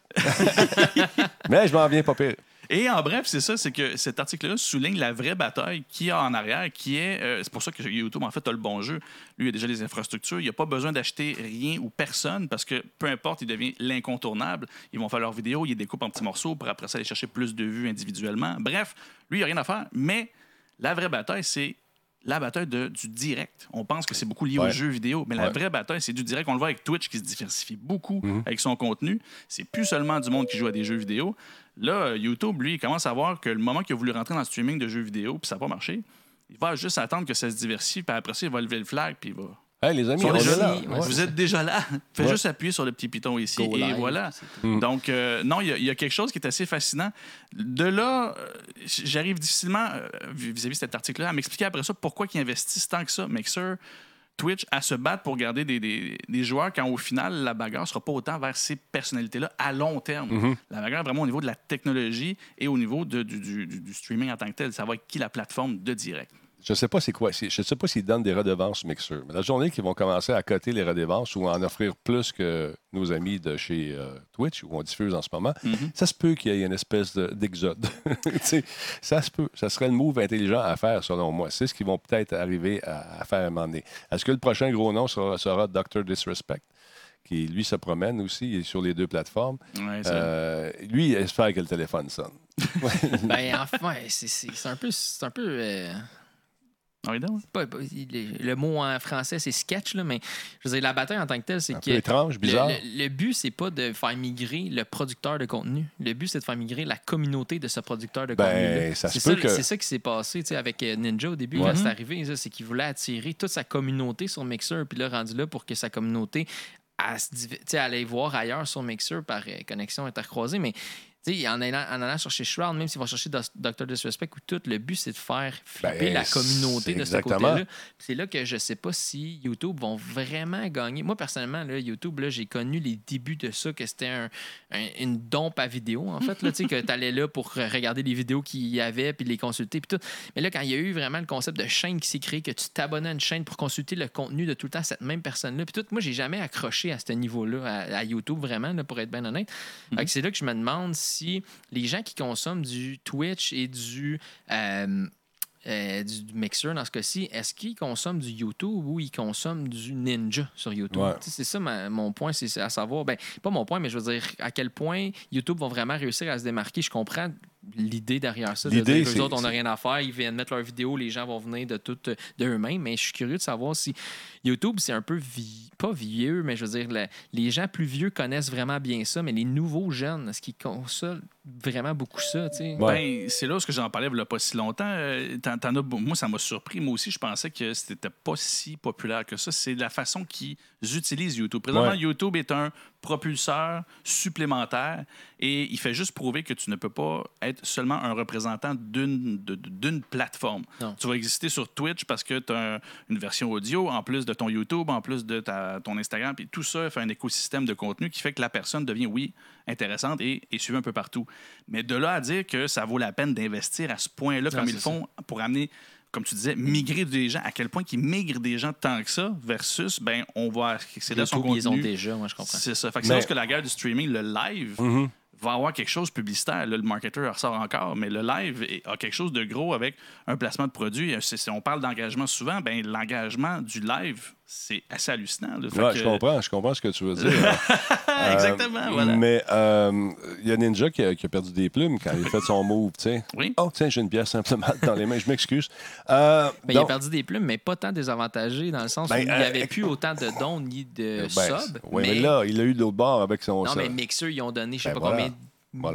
Mais je m'en viens pas pire. Et en bref, c'est ça, c'est que cet article-là souligne la vraie bataille qu'il y a en arrière, qui est, euh, c'est pour ça que YouTube, en fait, a le bon jeu. Lui, il a déjà les infrastructures. Il n'a pas besoin d'acheter rien ou personne parce que peu importe, il devient l'incontournable. Ils vont faire leurs vidéos, ils découpent en petits morceaux pour après ça aller chercher plus de vues individuellement. Bref, lui, il n'a rien à faire. Mais la vraie bataille, c'est la bataille de, du direct. On pense que c'est beaucoup lié Ouais. aux jeux vidéo, mais la Ouais. vraie bataille, c'est du direct. On le voit avec Twitch qui se diversifie beaucoup Mhm. avec son contenu. C'est plus seulement du monde qui joue à des jeux vidéo. Là, YouTube, lui, il commence à voir que le moment qu'il a voulu rentrer dans le streaming de jeux vidéo, puis ça n'a pas marché, il va juste attendre que ça se diversifie, puis après ça, il va lever le flag, puis il va. Hey, les amis, Ils sont on déjà est là. ici, ouais. Ouais. Vous êtes déjà là. Faites Ouais. juste appuyer sur le petit piton ici, Go et live, voilà. c'est tout. Mm. Donc, euh, non, il y, a- il y a quelque chose qui est assez fascinant. De là, euh, j'arrive difficilement, euh, vis-à-vis de cet article-là, à m'expliquer après ça pourquoi ils investissent tant que ça, Mixer, Twitch, à se battre pour garder des, des- des joueurs quand, au final, la bagarre ne sera pas autant vers ces personnalités-là à long terme. Mhm. La bagarre est vraiment au niveau de la technologie et au niveau de- du, du- du- du streaming en tant que tel. Ça va être qui la plateforme de direct. Je ne sais pas c'est quoi. c'est- Je ne sais pas s'ils donnent des redevances Mixer. Mais la journée qu'ils vont commencer à coter les redevances ou en offrir plus que nos amis de chez euh, Twitch, où on diffuse en ce moment, Mhm. ça se peut qu'il y ait une espèce de- d'exode. Tu sais, ça se peut. Ça serait le move intelligent à faire, selon moi. C'est ce qu'ils vont peut-être arriver à, à faire à un moment donné. Est-ce que le prochain gros nom sera, sera docteur Disrespect, qui, lui, se promène aussi, il est sur les deux plateformes. Ouais, ça- Euh, lui, il espère que le téléphone sonne. Ben, enfin, c'est- c'est c'est un peu. C'est un peu euh, Ah oui, donc. pas- pas- il- le mot en français, c'est sketch, là, mais je veux dire, la bataille en tant que telle, c'est Un que. peu étrange, bizarre. Le, le- le but, c'est pas de faire migrer le producteur de contenu. Le but, c'est de faire migrer la communauté de ce producteur de Ben, contenu. ça se C'est peut que- c'est ça qui s'est passé tu sais, avec euh, Ninja au début, Ouais. quand c'est arrivé. ça, C'est qu'il voulait attirer toute sa communauté sur Mixer, puis là, rendu là pour que sa communauté elle se div- tu sais, allait voir ailleurs sur Mixer par euh, connexion intercroisée. Mais tu sais, en allant, en allant chercher Shroud, même s'il va chercher docteur Disrespect ou tout, le but, c'est de faire flipper Ben, la communauté c'est de ce exactement. côté-là. Puis c'est là que je sais pas si YouTube vont vraiment gagner. Moi, personnellement, là, YouTube, là, j'ai connu les débuts de ça, que c'était un, un- une dompe à vidéo, en fait, là, tu sais, que tu allais là pour regarder les vidéos qu'il y avait puis les consulter. Puis tout. Mais là, quand il y a eu vraiment le concept de chaîne qui s'est créé, que tu t'abonnais à une chaîne pour consulter le contenu de tout le temps cette même personne-là, puis tout, moi, j'ai jamais accroché à ce niveau-là, à, à YouTube, vraiment, là, pour être bien honnête. Fait que c'est là que je me demande si les gens qui consomment du Twitch et du, euh, euh, du Mixer, dans ce cas-ci, est-ce qu'ils consomment du YouTube ou ils consomment du Ninja sur YouTube? Ouais. Tu sais, c'est ça ma- mon point, c'est c'est à savoir, ben, pas mon point, mais je veux dire, à quel point YouTube va vraiment réussir à se démarquer. Je comprends l'idée derrière ça. De L'idée, dire, eux c'est- autres, on n'a c'est- rien à faire, ils viennent mettre leurs vidéos, les gens vont venir de tout d'eux-mêmes, mais je suis curieux de savoir si YouTube, c'est un peu, vi- pas vieux, mais je veux dire, le- les gens plus vieux connaissent vraiment bien ça, mais les nouveaux jeunes, est-ce qu'ils consomment, vraiment beaucoup ça, tu sais. Ouais. Ben, c'est là où j'en parlais il n'y a pas si longtemps. Euh, t'en, t'en as, moi, ça m'a surpris. Moi aussi, je pensais que c'était pas si populaire que ça. C'est la façon qu'ils utilisent YouTube. Présentement, ouais. YouTube est un propulseur supplémentaire et il fait juste prouver que tu ne peux pas être seulement un représentant d'une, de, d'une plateforme. Non. Tu vas exister sur Twitch parce que tu as un, une version audio en plus de ton YouTube, en plus de ta, ton Instagram, puis tout ça fait un écosystème de contenu qui fait que la personne devient, oui, intéressante et, et suivie un peu partout. Mais de là à dire que ça vaut la peine d'investir à ce point-là, non, comme ils le font, ça. Pour amener, comme tu disais, migrer des gens, à quel point ils migrent des gens tant que ça, versus, ben on va accéder à son contenu. Ils ont déjà, moi, je comprends. C'est ça. Fait que mais... c'est lorsque la guerre du streaming, le live... Mm-hmm. va avoir quelque chose de publicitaire. Là, le marketeur ressort encore, mais le live a quelque chose de gros avec un placement de produit. Si on parle d'engagement souvent, ben l'engagement du live, c'est assez hallucinant. Là. Ouais, que... je comprends, je comprends ce que tu veux dire. Exactement, euh, voilà. Mais il euh, y a Ninja qui a, qui a perdu des plumes quand il a fait son move, tu sais. Oui. Oh, tiens, j'ai une bière simplement dans les mains, je m'excuse. Euh, ben, donc... Il a perdu des plumes, mais pas tant désavantagé, dans le sens ben, où il n'y euh, avait euh, plus autant de dons ni de ben, subs. Oui, mais... mais là, il a eu de l'autre bord avec son... Non, mais Mixer, ils ont donné, je ne sais ben, pas voilà. combien... Voilà.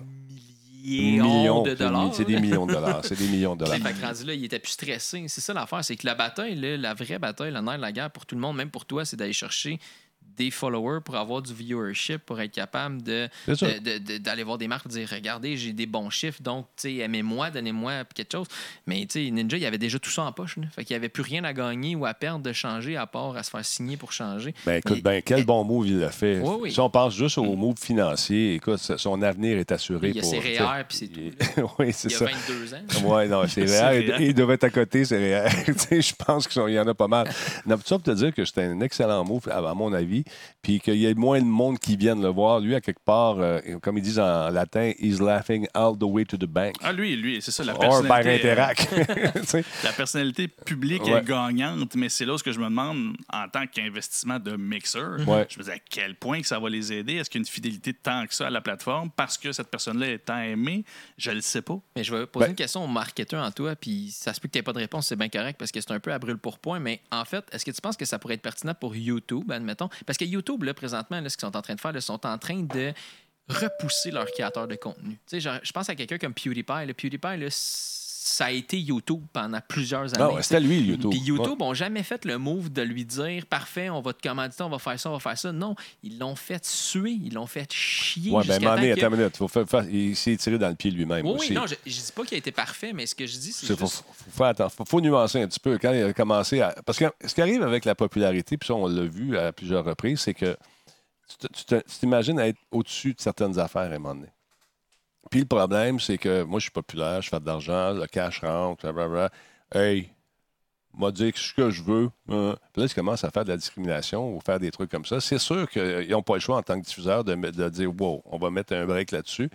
Millions de dollars. C'est des millions de dollars. C'est des millions de dollars. Fait que rendu là, il était plus stressé. C'est ça l'affaire, c'est que la bataille, là, la vraie bataille, le nerf de la guerre pour tout le monde, même pour toi, c'est d'aller chercher des followers pour avoir du viewership, pour être capable de, de, de, de, d'aller voir des marques et dire regardez, j'ai des bons chiffres, donc aimez-moi, donnez-moi quelque chose. Mais Ninja, il avait déjà tout ça en poche. Là. Fait qu'il n'y avait plus rien à gagner ou à perdre de changer à part à se faire signer pour changer. Ben écoute, ben, quel et... bon move il a fait. Oui, oui. Si on pense juste au move financier, écoute, son avenir est assuré. Il y a pour, ses R E E R puis c'est tout. Oui, c'est il y a ça. vingt-deux ans. Oui, non, c'est R E E R. Il devait être à côté, c'est R E E R. Je pense qu'il y en a pas mal. Non, tout ça pour te dire que c'était un excellent move, à mon avis, puis qu'il y a moins de monde qui viennent le voir. Lui, à quelque part, euh, comme ils disent en latin, « he's laughing all the way to the bank ». Ah, lui, lui, c'est ça, la personnalité. Or, by Interact. Euh, la personnalité publique ouais. est gagnante, mais c'est là où je me demande, en tant qu'investissement de Mixer, ouais. je me dis à quel point que ça va les aider. Est-ce qu'il y a une fidélité tant que ça à la plateforme parce que cette personne-là est tant aimée? Je le sais pas. Mais je vais poser ben... une question au marketeur en toi, puis ça se peut que tu n'aies pas de réponse, c'est bien correct, parce que c'est un peu à brûle pour point, mais en fait, est-ce que tu penses que ça pourrait être pertinent pour YouTube, admettons? Parce que YouTube, là, présentement, là, ce qu'ils sont en train de faire, ils sont en train de repousser leurs créateurs de contenu. Tu sais, genre, je pense à quelqu'un comme PewDiePie. Le PewDiePie, là, ça a été YouTube pendant plusieurs années. Non, c'était lui, YouTube. Puis YouTube n'ont ouais. jamais fait le move de lui dire « Parfait, on va te commanditer, on va faire ça, on va faire ça. » Non, ils l'ont fait suer, ils l'ont fait chier. Oui, bien, Mané, que... attends une minute. Faut faire, faire, il s'est tiré dans le pied lui-même oui, aussi. Oui, non, je ne dis pas qu'il a été parfait, mais ce que je dis, c'est, c'est juste... faut, faut faire attention. Il faut, faut nuancer un petit peu. Quand il a commencé à... Parce que ce qui arrive avec la popularité, puis ça, on l'a vu à plusieurs reprises, c'est que tu, tu, tu t'imagines être au-dessus de certaines affaires à un moment donné. Puis le problème, c'est que moi, je suis populaire, je fais de l'argent, le cash rentre, blablabla. Hey, m'a dit ce que je veux. Hein. Puis là, ils commencent à faire de la discrimination ou faire des trucs comme ça. C'est sûr qu'ils n'ont pas le choix en tant que diffuseur de, de dire wow, on va mettre un break là-dessus.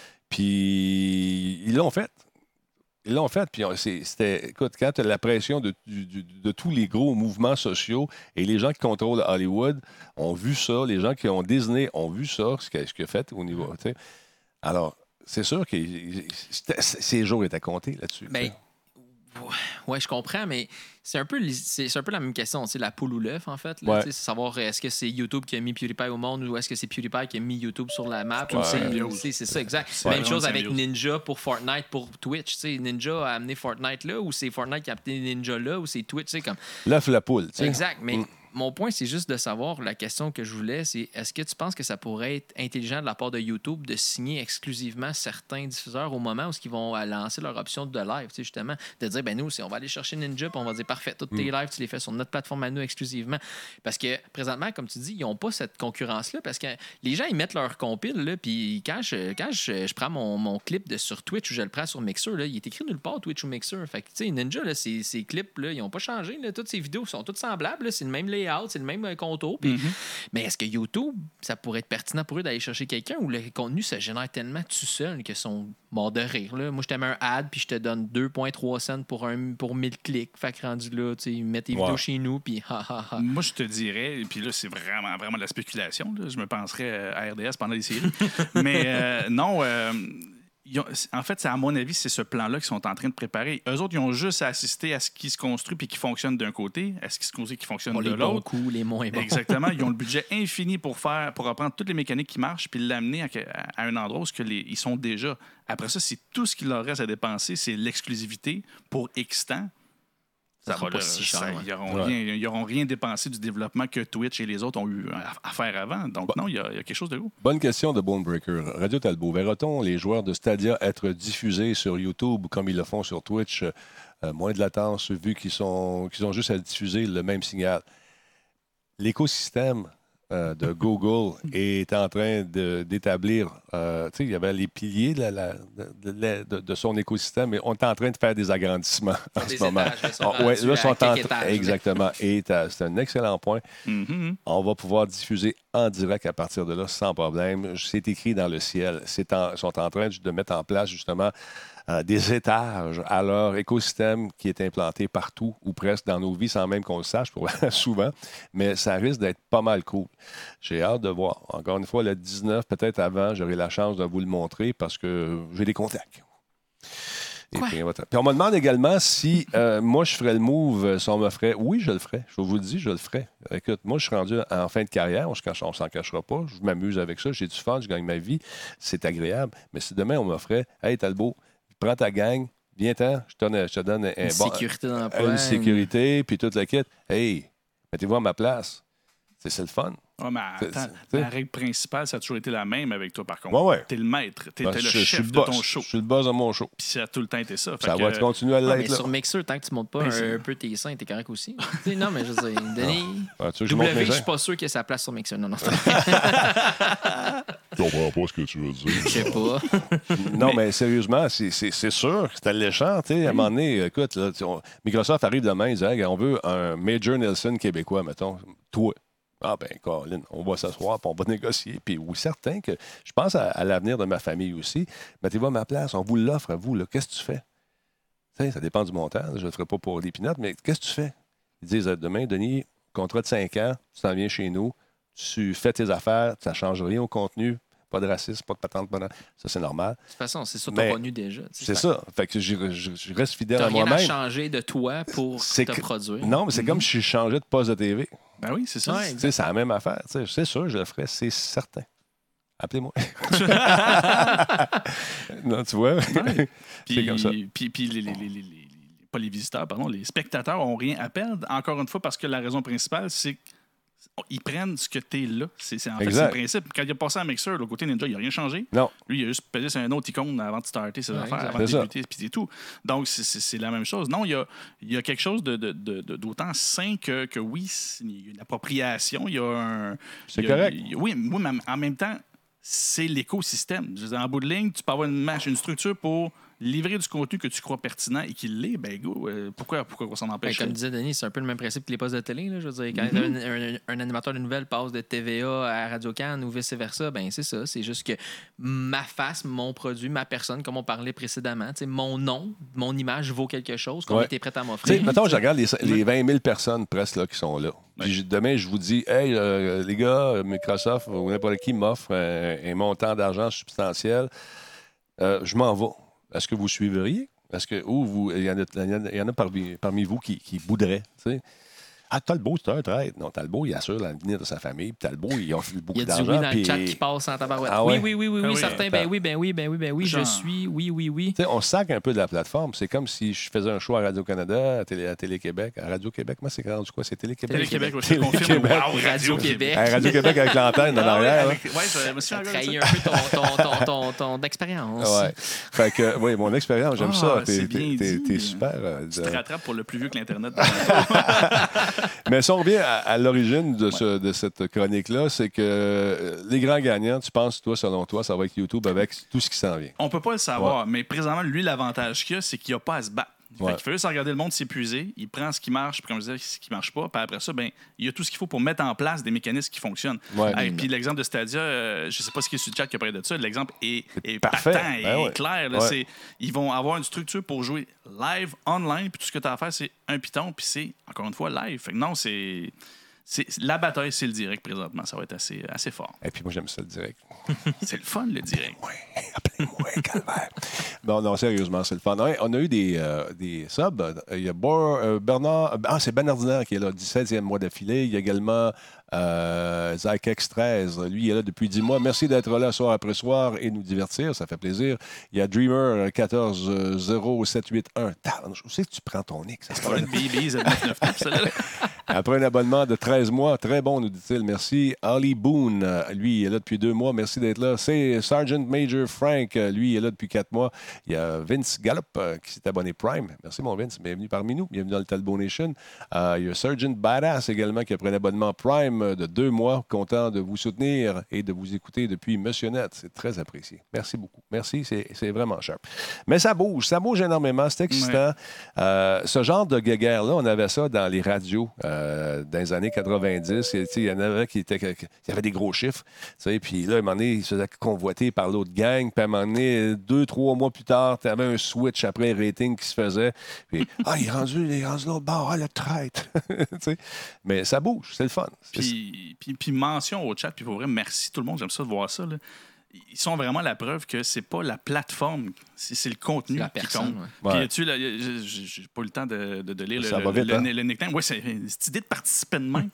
Puis ils l'ont fait. Ils l'ont fait. Puis c'est, c'était, écoute, quand tu as la pression de, de, de tous les gros mouvements sociaux et les gens qui contrôlent Hollywood ont vu ça, les gens qui ont Disney ont vu ça, ce qu'il a fait au niveau. T'sais. Alors, c'est sûr que ces jours étaient comptés là-dessus. Ben, oui, je comprends, mais c'est un peu, c'est, c'est un peu la même question. C'est la poule ou l'œuf, en fait. Là, ouais. C'est savoir est-ce que c'est YouTube qui a mis PewDiePie au monde ou est-ce que c'est PewDiePie qui a mis YouTube sur la map. Ouais. Ou c'est, c'est, c'est ça, exact. Ouais. Même chose avec Ninja pour Fortnite, pour Twitch. T'sais, Ninja a amené Fortnite là ou c'est Fortnite qui a amené Ninja là ou c'est Twitch. Comme... L'œuf, la poule. T'sais. Exact, mais... Mm. Mon point, c'est juste de savoir, la question que je voulais, c'est est-ce que tu penses que ça pourrait être intelligent de la part de YouTube de signer exclusivement certains diffuseurs au moment où ils vont lancer leur option de live, tu sais, justement, de dire, ben nous, on va aller chercher Ninja puis on va dire, parfait, tous tes lives, tu les fais sur notre plateforme à nous exclusivement. Parce que, présentement, comme tu dis, ils n'ont pas cette concurrence-là parce que les gens, ils mettent leur compile, là, puis quand, je, quand je, je prends mon, mon clip de, sur Twitch ou je le prends sur Mixer, là, il est écrit nulle part Twitch ou Mixer. Fait que, tu sais, Ninja, là, ces, ces clips, là, ils n'ont pas changé, là, toutes ces vidéos sont toutes semblables, là, c'est le même layout, c'est le même contour. Puis, mm-hmm. Mais est-ce que YouTube, ça pourrait être pertinent pour eux d'aller chercher quelqu'un où le contenu se génère tellement tout seul qu'ils sont morts de rire? Là. Moi, je te mets un ad puis je te donne deux virgule trois cents pour, un, pour mille clics. Fait que rendu là, tu sais, mets tes wow. vidéos chez nous puis ha ha ha. Moi, je te dirais, puis là, c'est vraiment, vraiment de la spéculation. Là. Je me penserais à R D S pendant les séries. Mais euh, non, euh, ils ont, en fait, c'est, à mon avis, c'est ce plan-là qu'ils sont en train de préparer. Eux autres, ils ont juste à assister à ce qui se construit puis qui fonctionne d'un côté, à ce qui se construit qui fonctionne Bon, de les l'autre. bons coups, les moins bons. Exactement. Ils ont le budget infini pour faire, pour reprendre toutes les mécaniques qui marchent puis l'amener à, à un endroit où que les, ils sont déjà. Après ça, c'est tout ce qu'il leur reste à dépenser, c'est l'exclusivité pour X temps. Ça, Ça va pas là, si ça, cher, ils n'auront ouais. rien, ils auront rien dépensé du développement que Twitch et les autres ont eu à, à faire avant. Donc, non, il y, a, il y a quelque chose de gros. Bonne question de Bonebreaker. Radio Talbot, verra-t-on les joueurs de Stadia être diffusés sur YouTube comme ils le font sur Twitch? Euh, moins de latence, vu qu'ils sont, qu'ils ont juste à diffuser le même signal. L'écosystème euh, de Google est en train de, d'établir, euh, tu sais, il y avait les piliers de, la, la, de, de, de, de son écosystème, mais on est en train de faire des agrandissements en Des ce moment. étages, là, sont Ah, ouais, rendus là, à sont en quelques train- étages. Exactement. Et t'as- c'est un excellent point. Mm-hmm. On va pouvoir diffuser en direct à partir de là sans problème. C'est écrit dans le ciel. C'est en- ils sont en train de mettre en place justement euh, des étages à leur écosystème qui est implanté partout ou presque dans nos vies sans même qu'on le sache pour souvent. Mais ça risque d'être pas mal cool. J'ai hâte de voir. Encore une fois, le dix-neuf, peut-être avant, j'aurai la chance de vous le montrer parce que j'ai des contacts. Et puis, on va tra- puis on me demande également si euh, moi je ferais le move, euh, si on me ferait. Oui, je le ferais. Je vous le dis, je le ferais. Écoute, moi je suis rendu en fin de carrière, on ne s'en cachera pas. Je m'amuse avec ça, j'ai du fun, je gagne ma vie, c'est agréable. Mais si demain on m'offrait, hey Talbot, prends ta gang, viens-t'en, je te donne, je te donne un, Une bon- sécurité d'emploi. une sécurité, puis toute la kit. Hey, mettez-vous à ma place. C'est, c'est le fun. Ah, mais C'est- attends, c'est- la règle principale, ça a toujours été la même avec toi, par contre. Ouais, ouais. T'es le maître, t'es, Ben, t'es le je, je suis chef le de boss. ton show. Je suis le boss de mon show. Puis ça a tout le temps été ça. Fait Ça que, va continuer à Ah, mais l'être. là. sur Mixer, tant que tu montes pas Ben, un, c'est- un peu tes seins, t'es correct aussi. Tu sais, non, mais je veux dire, Denis, Ah, tu veux que je monte W, mes je suis seins? pas sûr qu'il y ait sa place sur Mixer. Non, non, Je comprends pas ce que tu veux dire. je sais pas. Non, mais, sérieusement, c'est, c'est, c'est sûr que c'est alléchant. tu sais, À un moment donné, écoute, là, tu- on- Microsoft arrive demain, ils disent hey, on veut un Major Nelson québécois, mettons. Toi. Ah ben, Colin, on va s'asseoir puis on va négocier. Puis oui, certain que je pense à, à l'avenir de ma famille aussi. Mettez-vous à ma place, on vous l'offre à vous. Là. Qu'est-ce que tu fais? Tu sais, ça dépend du montant. Je ne le ferai pas pour des pinottes, mais qu'est-ce que tu fais? Ils disent demain, Denis, contrat de cinq ans, tu t'en viens chez nous, tu fais tes affaires, ça ne change rien au contenu, pas de racisme, pas de patente, pas de... ça c'est normal. De toute façon, c'est ça Mais ton connu déjà. tu sais, C'est ça. Fait que je, je- je reste fidèle T'as à rien à moi-même. changer de toi pour C'est te que- produire. Non, mais c'est comme si je changeais de poste de T V. Ben oui, c'est ça. Ouais, Tu sais, c'est la même affaire. Tu sais, c'est sûr, je le ferais, c'est certain. Appelez-moi. non, tu vois? Ouais. C'est Puis, comme ça. Puis, puis les, les- les- les- les- pas les visiteurs, pardon, les spectateurs ont rien à perdre. Encore une fois, parce que la raison principale, c'est qu'ils prennent ce que tu es là. C'est, c'est en fait c'est Exact. le principe. Quand il a passé à Mixer, le côté Ninja, il n'a rien changé. Non. Lui, il a juste pesé sur un autre icône avant de starter ses Ouais, affaires, exact. avant de C'est ça. débuter, puis c'est tout. Donc, c'est, c'est- c'est la même chose. Non, il y a, il y a quelque chose de, de- de- de- d'autant sain que, que oui, c'est- il y a une appropriation, il y a un... C'est il y a- correct. il y a- oui, oui, mais en même temps, c'est l'écosystème. Je veux dire, en bout de ligne, tu peux avoir une, mach- une structure pour livrer du contenu que tu crois pertinent et qu'il l'est. Ben, go, euh, pourquoi, pourquoi on s'en Ben, empêche? comme disait Denis, c'est un peu le même principe que les postes de télé. Là, je veux dire, quand Mm-hmm. un, un- un animateur de nouvelles passe de T V A à Radio-Can ou vice-versa, ben c'est ça. C'est juste que ma face, mon produit, ma personne, comme on parlait précédemment, tu sais, mon nom, mon image vaut quelque chose. Combien Ouais. tu es prêt à Tu sais, m'offrir? mettons, je regarde les, les vingt mille personnes presque là, qui sont là. Puis je- demain, je vous dis, hey, euh, les gars, Microsoft ou n'importe qui m'offre un, un montant d'argent substantiel. Euh, je m'en vais. Est-ce que vous suivriez? Est-ce que, ou vous, il y en a, il y en a- il y en a parmi, parmi vous qui, qui boudraient, tu sais? Ah, Talbot, c'est un traître. Non, Talbot, il assure l'avenir de sa famille. Puis Talbot, il offre beaucoup Il y a du d'argent. oui dans puis- le chat qui passe en tabarouette. Ah ouais? Oui, oui, oui, oui, Ah oui, oui, certain. Ben oui, ben oui, ben oui, ben oui, je Genre. suis. Oui, oui, oui. Tu sais, on se sac un peu de la plateforme. C'est comme si je faisais un show à Radio-Canada, à, Télé, à Télé-Québec. À Radio-Québec, moi, c'est rendu quoi? C'est Télé-Québec? Télé-Québec, ouais, je te confirme. Télé-Québec. Wow, Radio-Québec. À Radio-Québec avec l'antenne en Ah ouais, arrière. là. avec- ouais, je me suis Ça encore trahit dit un peu ton, ton, ton, ton, ton expérience. Ouais. Fait que, oui, mon expérience, j'aime Ah, ça. T'es, c'est bien t'es- t'es- dit. t'es super. euh, Tu de- te rattrapes pour le plus vieux que l'Internet. Mais si on revient à, à l'origine de, ce- de cette chronique-là, c'est que euh, les grands gagnants, tu penses, toi, selon toi, ça va être YouTube avec tout ce qui s'en vient. On peut pas le savoir, mais présentement, lui, l'avantage qu'il a, c'est qu'il n'a pas à se battre. Ouais. Fait qu'il fait juste regarder le monde s'épuiser, il prend ce qui marche, puis comme je disais, ce qui marche pas, puis après ça, ben, il y a tout ce qu'il faut pour mettre en place des mécanismes qui fonctionnent. Ouais. Hey, puis l'exemple de Stadia, euh, je sais pas ce qui est sur le chat qui a parlé de ça, l'exemple est, est parfait. patent et Ben ouais. clair. Là, Ouais. c'est, ils vont avoir une structure pour jouer live, online, puis tout ce que tu as à faire, c'est un piton, puis c'est, encore une fois, live. Fait que non, c'est... c'est, la bataille, c'est le direct présentement. Ça va être assez, assez fort. Et puis moi, j'aime ça le direct. C'est le fun, le direct. Oui, appelez-moi, calvaire. Non, non, sérieusement, c'est le fun. Ouais, on a eu des, euh, des subs. Il y a Bor, euh, Bernard... Ah, c'est Ben Ordinaire qui est là, dix-septième mois d'affilée. Il y a également euh, Zach X treize. Lui, il est là depuis dix mois. Merci d'être là soir après soir et nous divertir. Ça fait plaisir. Il y a Dreamer quatorze zéro sept huit un. Je sais que tu prends ton X. C'est pas une B B Z neuf neuf neuf, celle-là. Après un abonnement de treize mois, très bon, nous dit-il. Merci. Ali Boone, lui, il est là depuis deux mois. Merci d'être là. C'est Sergeant Major Frank, lui, il est là depuis quatre mois. Il y a Vince Gallup qui s'est abonné Prime. Merci, mon Vince. Bienvenue parmi nous. Bienvenue dans le Talbot Nation. Euh, il y a Sergeant Badass également qui a pris un abonnement Prime de deux mois. Content de vous soutenir et de vous écouter depuis Monsieur Net. C'est très apprécié. Merci beaucoup. Merci, c'est, c'est vraiment cher. Mais ça bouge. Ça bouge énormément. C'est excitant. Ouais. Euh, ce genre de guéguerre-là, on avait ça dans les radios. Euh, dans les années quatre-vingt-dix, il y en avait qui étaient, qui avaient des gros chiffres. Puis là, à un moment donné, ils se faisaient convoiter par l'autre gang. Puis à un moment donné, deux, trois mois plus tard, tu avais un switch après le rating qui se faisait. Puis, ah, il est rendu, il est rendu l'autre bord, ah, le traître. Mais ça bouge, c'est le fun. Puis, puis, puis mention au chat, puis pour vrai, merci tout le monde, j'aime ça de voir ça. Là. Ils sont vraiment la preuve que c'est pas la plateforme, c'est, c'est le contenu la qui personne, compte. ouais. Puis, ouais. tu là, j'ai pas eu le temps de, de, de lire ça le, va le, vite, le, hein? le, le nickname. Oui, c'est cette idée de participer de même.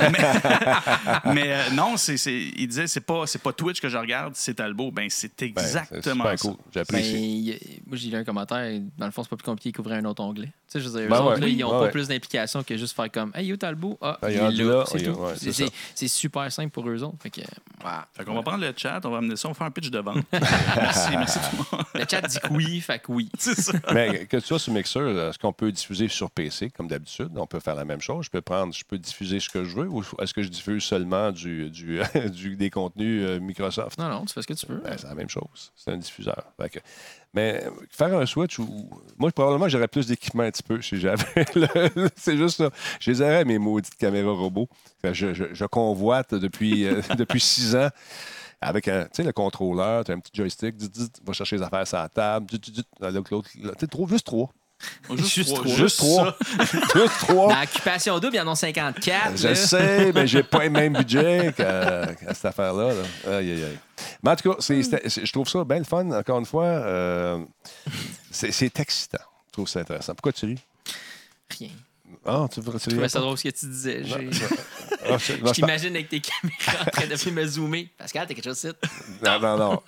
mais mais euh, non, c'est, c'est, il disait c'est pas, c'est pas Twitch que je regarde, c'est Talbot. Ben, c'est exactement ben, c'est ça. cool. J'apprécie. Ben, moi, j'ai lu un commentaire. Dans le fond, c'est pas plus compliqué qu'ouvrir un autre onglet. Tu sais, je veux dire, ben eux ouais. autres, là, ils n'ont ben pas ouais. plus d'implication que juste faire comme Hey, yo, Talbot. Ah, ben, il est là. là C'est, tout. Ouais, c'est, c'est, c'est, c'est super simple pour eux autres. Fait que, wow. Fait qu'on va prendre le chat, on va amener ça, on va faire un pitch de vente. merci, merci tout le monde. Le chat dit que oui, fait que oui. C'est ça. Mais que tu sois sur Mixer, est-ce qu'on peut diffuser sur P C comme d'habitude? On peut faire la même chose. Je peux prendre, je peux diffuser ce que je veux ou est-ce que je diffuse seulement du, du, du, des contenus euh, Microsoft? Non, non, tu fais ce que tu veux. Ben, c'est la même chose. C'est un diffuseur. Fait que, mais faire un switch, où, moi, probablement, j'aurais plus d'équipement un petit peu si j'avais. Le, c'est juste ça. Je les aurais, mes maudites caméras robots. Je, je, je convoite depuis, euh, depuis six ans. Avec un, le contrôleur, tu as un petit joystick, tu vas chercher les affaires sur la table, tu sais, trop, juste trois. Juste, juste trois. Juste trois. Juste trois. Dans Occupation double, il y en a cinquante-quatre. Je là. sais, mais j'ai pas le même budget qu'à, qu'à cette affaire-là. Là. Aïe, aïe, aïe. Mais en tout cas, c'est, c'est, je trouve ça bien le fun. Encore une fois, euh, c'est, c'est excitant. Je trouve ça intéressant. Pourquoi tu ris? Rien. Ah, tu veux Je trouvais ça drôle ce que tu disais. J'ai... Ah, je, je t'imagine avec tes caméras en train de me zoomer. Pascal, t'as quelque chose de Non, non, non.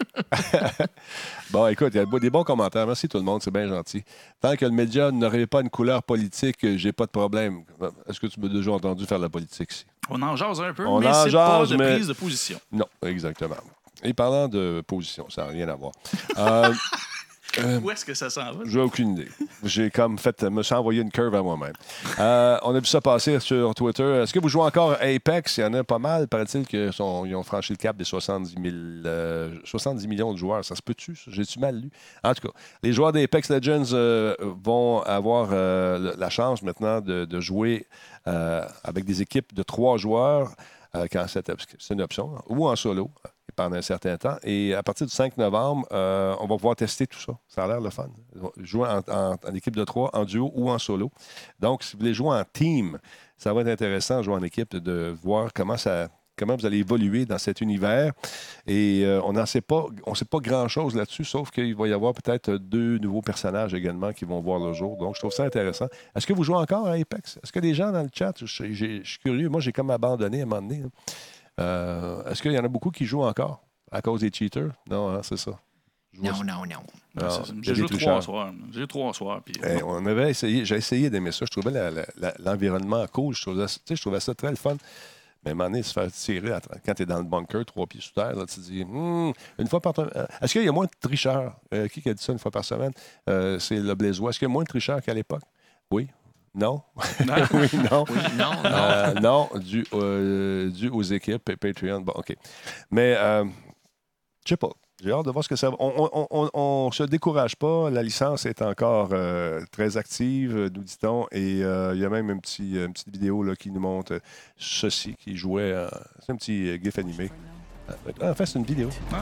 Bon, écoute, il y a des bons commentaires. Merci tout le monde, c'est bien gentil. Tant que le média n'aurait pas une couleur politique, j'ai pas de problème. Est-ce que tu m'as déjà entendu faire de la politique ici? On en jase un peu, On mais en c'est jase, pas de mais... prise de position. Non, exactement. Et parlant de position, ça n'a rien à voir. Euh, Euh, Où est-ce que ça s'en va? J'ai aucune idée. J'ai comme fait, me suis envoyé une curve à moi-même. Euh, on a vu ça passer sur Twitter. Est-ce que vous jouez encore à Apex? Il y en a pas mal. Paraît-il qu'ils ont franchi le cap des soixante-dix mille, euh, soixante-dix millions de joueurs. Ça se peut-tu? Ça? J'ai-tu mal lu? En tout cas, les joueurs d'Apex Legends euh, vont avoir euh, la chance maintenant de, de jouer euh, avec des équipes de trois joueurs euh, quand c'est, c'est une option, ou en solo pendant un certain temps. Et à partir du cinq novembre, euh, on va pouvoir tester tout ça. Ça a l'air le fun. Jouer en, en, en équipe de trois, en duo ou en solo. Donc, si vous voulez jouer en team, ça va être intéressant de jouer en équipe, de voir comment ça... comment vous allez évoluer dans cet univers. Et euh, on n'en sait pas, on sait pas grand-chose là-dessus, sauf qu'il va y avoir peut-être deux nouveaux personnages également qui vont voir le jour. Donc, je trouve ça intéressant. Est-ce que vous jouez encore à Apex? Est-ce que les gens dans le chat, je, je, je suis curieux, moi, j'ai comme abandonné à un moment donné. Hein. Euh, est-ce qu'il y en a beaucoup qui jouent encore à cause des cheaters? Non, hein, c'est ça. Non, non, non, non. J'ai joué trois soirs. J'ai joué trois soirs. Puis... Hey, on avait essayé, j'ai essayé d'aimer ça. Je trouvais la, la, la, l'environnement cool. Je trouvais, je trouvais ça très le fun. Mais à un moment donné, se faire tirer quand tu es dans le bunker, trois pieds sous terre, là, tu te dis, hm, une fois par semaine. Est-ce qu'il y a moins de tricheurs? Euh, qui a dit ça une fois par semaine? Euh, c'est le Blaisois. Est-ce qu'il y a moins de tricheurs qu'à l'époque? Oui. Non. Non. oui, non. Oui, non, non. Euh, non, dû, euh, dû aux équipes et Patreon. Bon, OK. Mais, euh, je sais pas. J'ai hâte de voir ce que ça va. On ne se décourage pas. La licence est encore euh, très active, nous dit-on. Et euh, il y a même un petit, une petite vidéo là, qui nous montre euh, ceci, qui jouait. Euh, c'est un petit euh, gif animé. Ah, en fait, c'est une vidéo. Ah.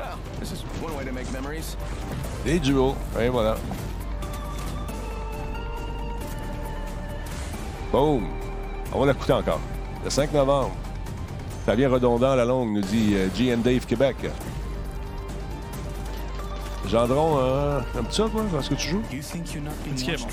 Et duo. Et voilà. Boom! On va l'écouter encore. le cinq novembre. Ça vient redondant à la longue, nous dit euh, G and Dave Québec. Gendron, euh, t'aimes-tu ça, toi? Est-ce que tu joues? C'est bon.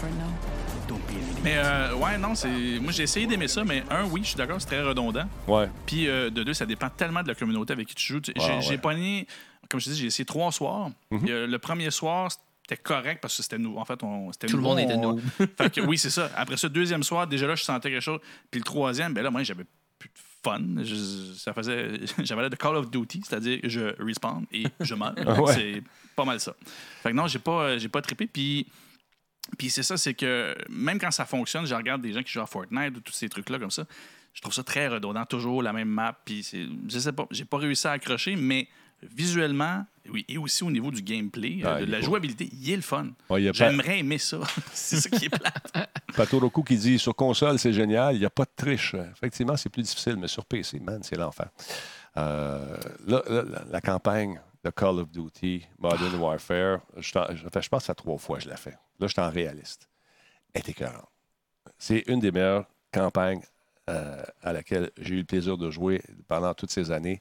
Mais euh, ouais, non, c'est. Moi, j'ai essayé d'aimer ça, mais un, oui, je suis d'accord, c'est très redondant. Ouais. Puis euh, de deux, ça dépend tellement de la communauté avec qui tu joues. J'ai, Ah, j'ai ouais. pogné, comme je te dis, j'ai essayé trois soirs. Mm-hmm. Euh, le premier soir, c'était correct parce que c'était nouveau. En fait, on, c'était Tout le nouveau, monde était on- noob. Fait que, oui, c'est ça. Après ça, deuxième soir, déjà là, je sentais quelque chose. Puis le troisième, ben là, moi, j'avais plus de fun. Je- ça faisait. J'avais l'air de Call of Duty, c'est-à-dire que je respawn et je meurs. Ouais. C'est pas mal ça. Fait que non, j'ai pas, j'ai pas trippé. Puis. Puis c'est ça, c'est que même quand ça fonctionne, je regarde des gens qui jouent à Fortnite ou tous ces trucs-là comme ça, je trouve ça très redondant, toujours la même map. Puis c'est, je sais pas, j'ai pas réussi à accrocher, mais visuellement, oui, et aussi au niveau du gameplay, Ah, euh, de il est la beau. jouabilité, il est le fun. Ouais, il y a pas- J'aimerais aimer ça. C'est ça qui est plate. Pato Roku qui dit sur console, c'est génial, il n'y a pas de triche. Effectivement, c'est plus difficile, mais sur P C, man, c'est l'enfer. Euh, là, là, la, la campagne de Call of Duty, Modern Warfare, je, t'en- je, fait, je pense que c'est trois fois que je l'ai fait. Là, je suis en réaliste. Elle est écœurante. C'est une des meilleures campagnes euh, à laquelle j'ai eu le plaisir de jouer pendant toutes ces années.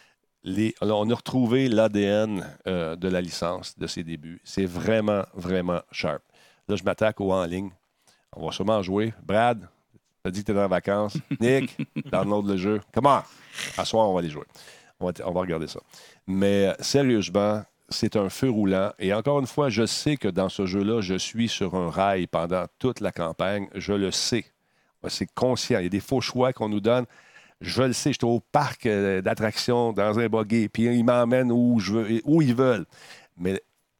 Les, là, on a retrouvé l'A D N euh, de la licence de ses débuts. C'est vraiment, vraiment sharp. Là, je m'attaque au en ligne. On va sûrement jouer. Brad, t'as dit que t'es en vacances. Nick, download le jeu. Comment? À soir, on va aller jouer. On va, on va regarder ça. Mais euh, sérieusement, c'est un feu roulant. Et encore une fois, je sais que dans ce jeu-là, je suis sur un rail pendant toute la campagne. Je le sais. C'est conscient. Il y a des faux choix qu'on nous donne. Je le sais. Je suis au parc euh, d'attractions dans un buggy. Puis ils m'emmènent où, je veux, où ils veulent. Mais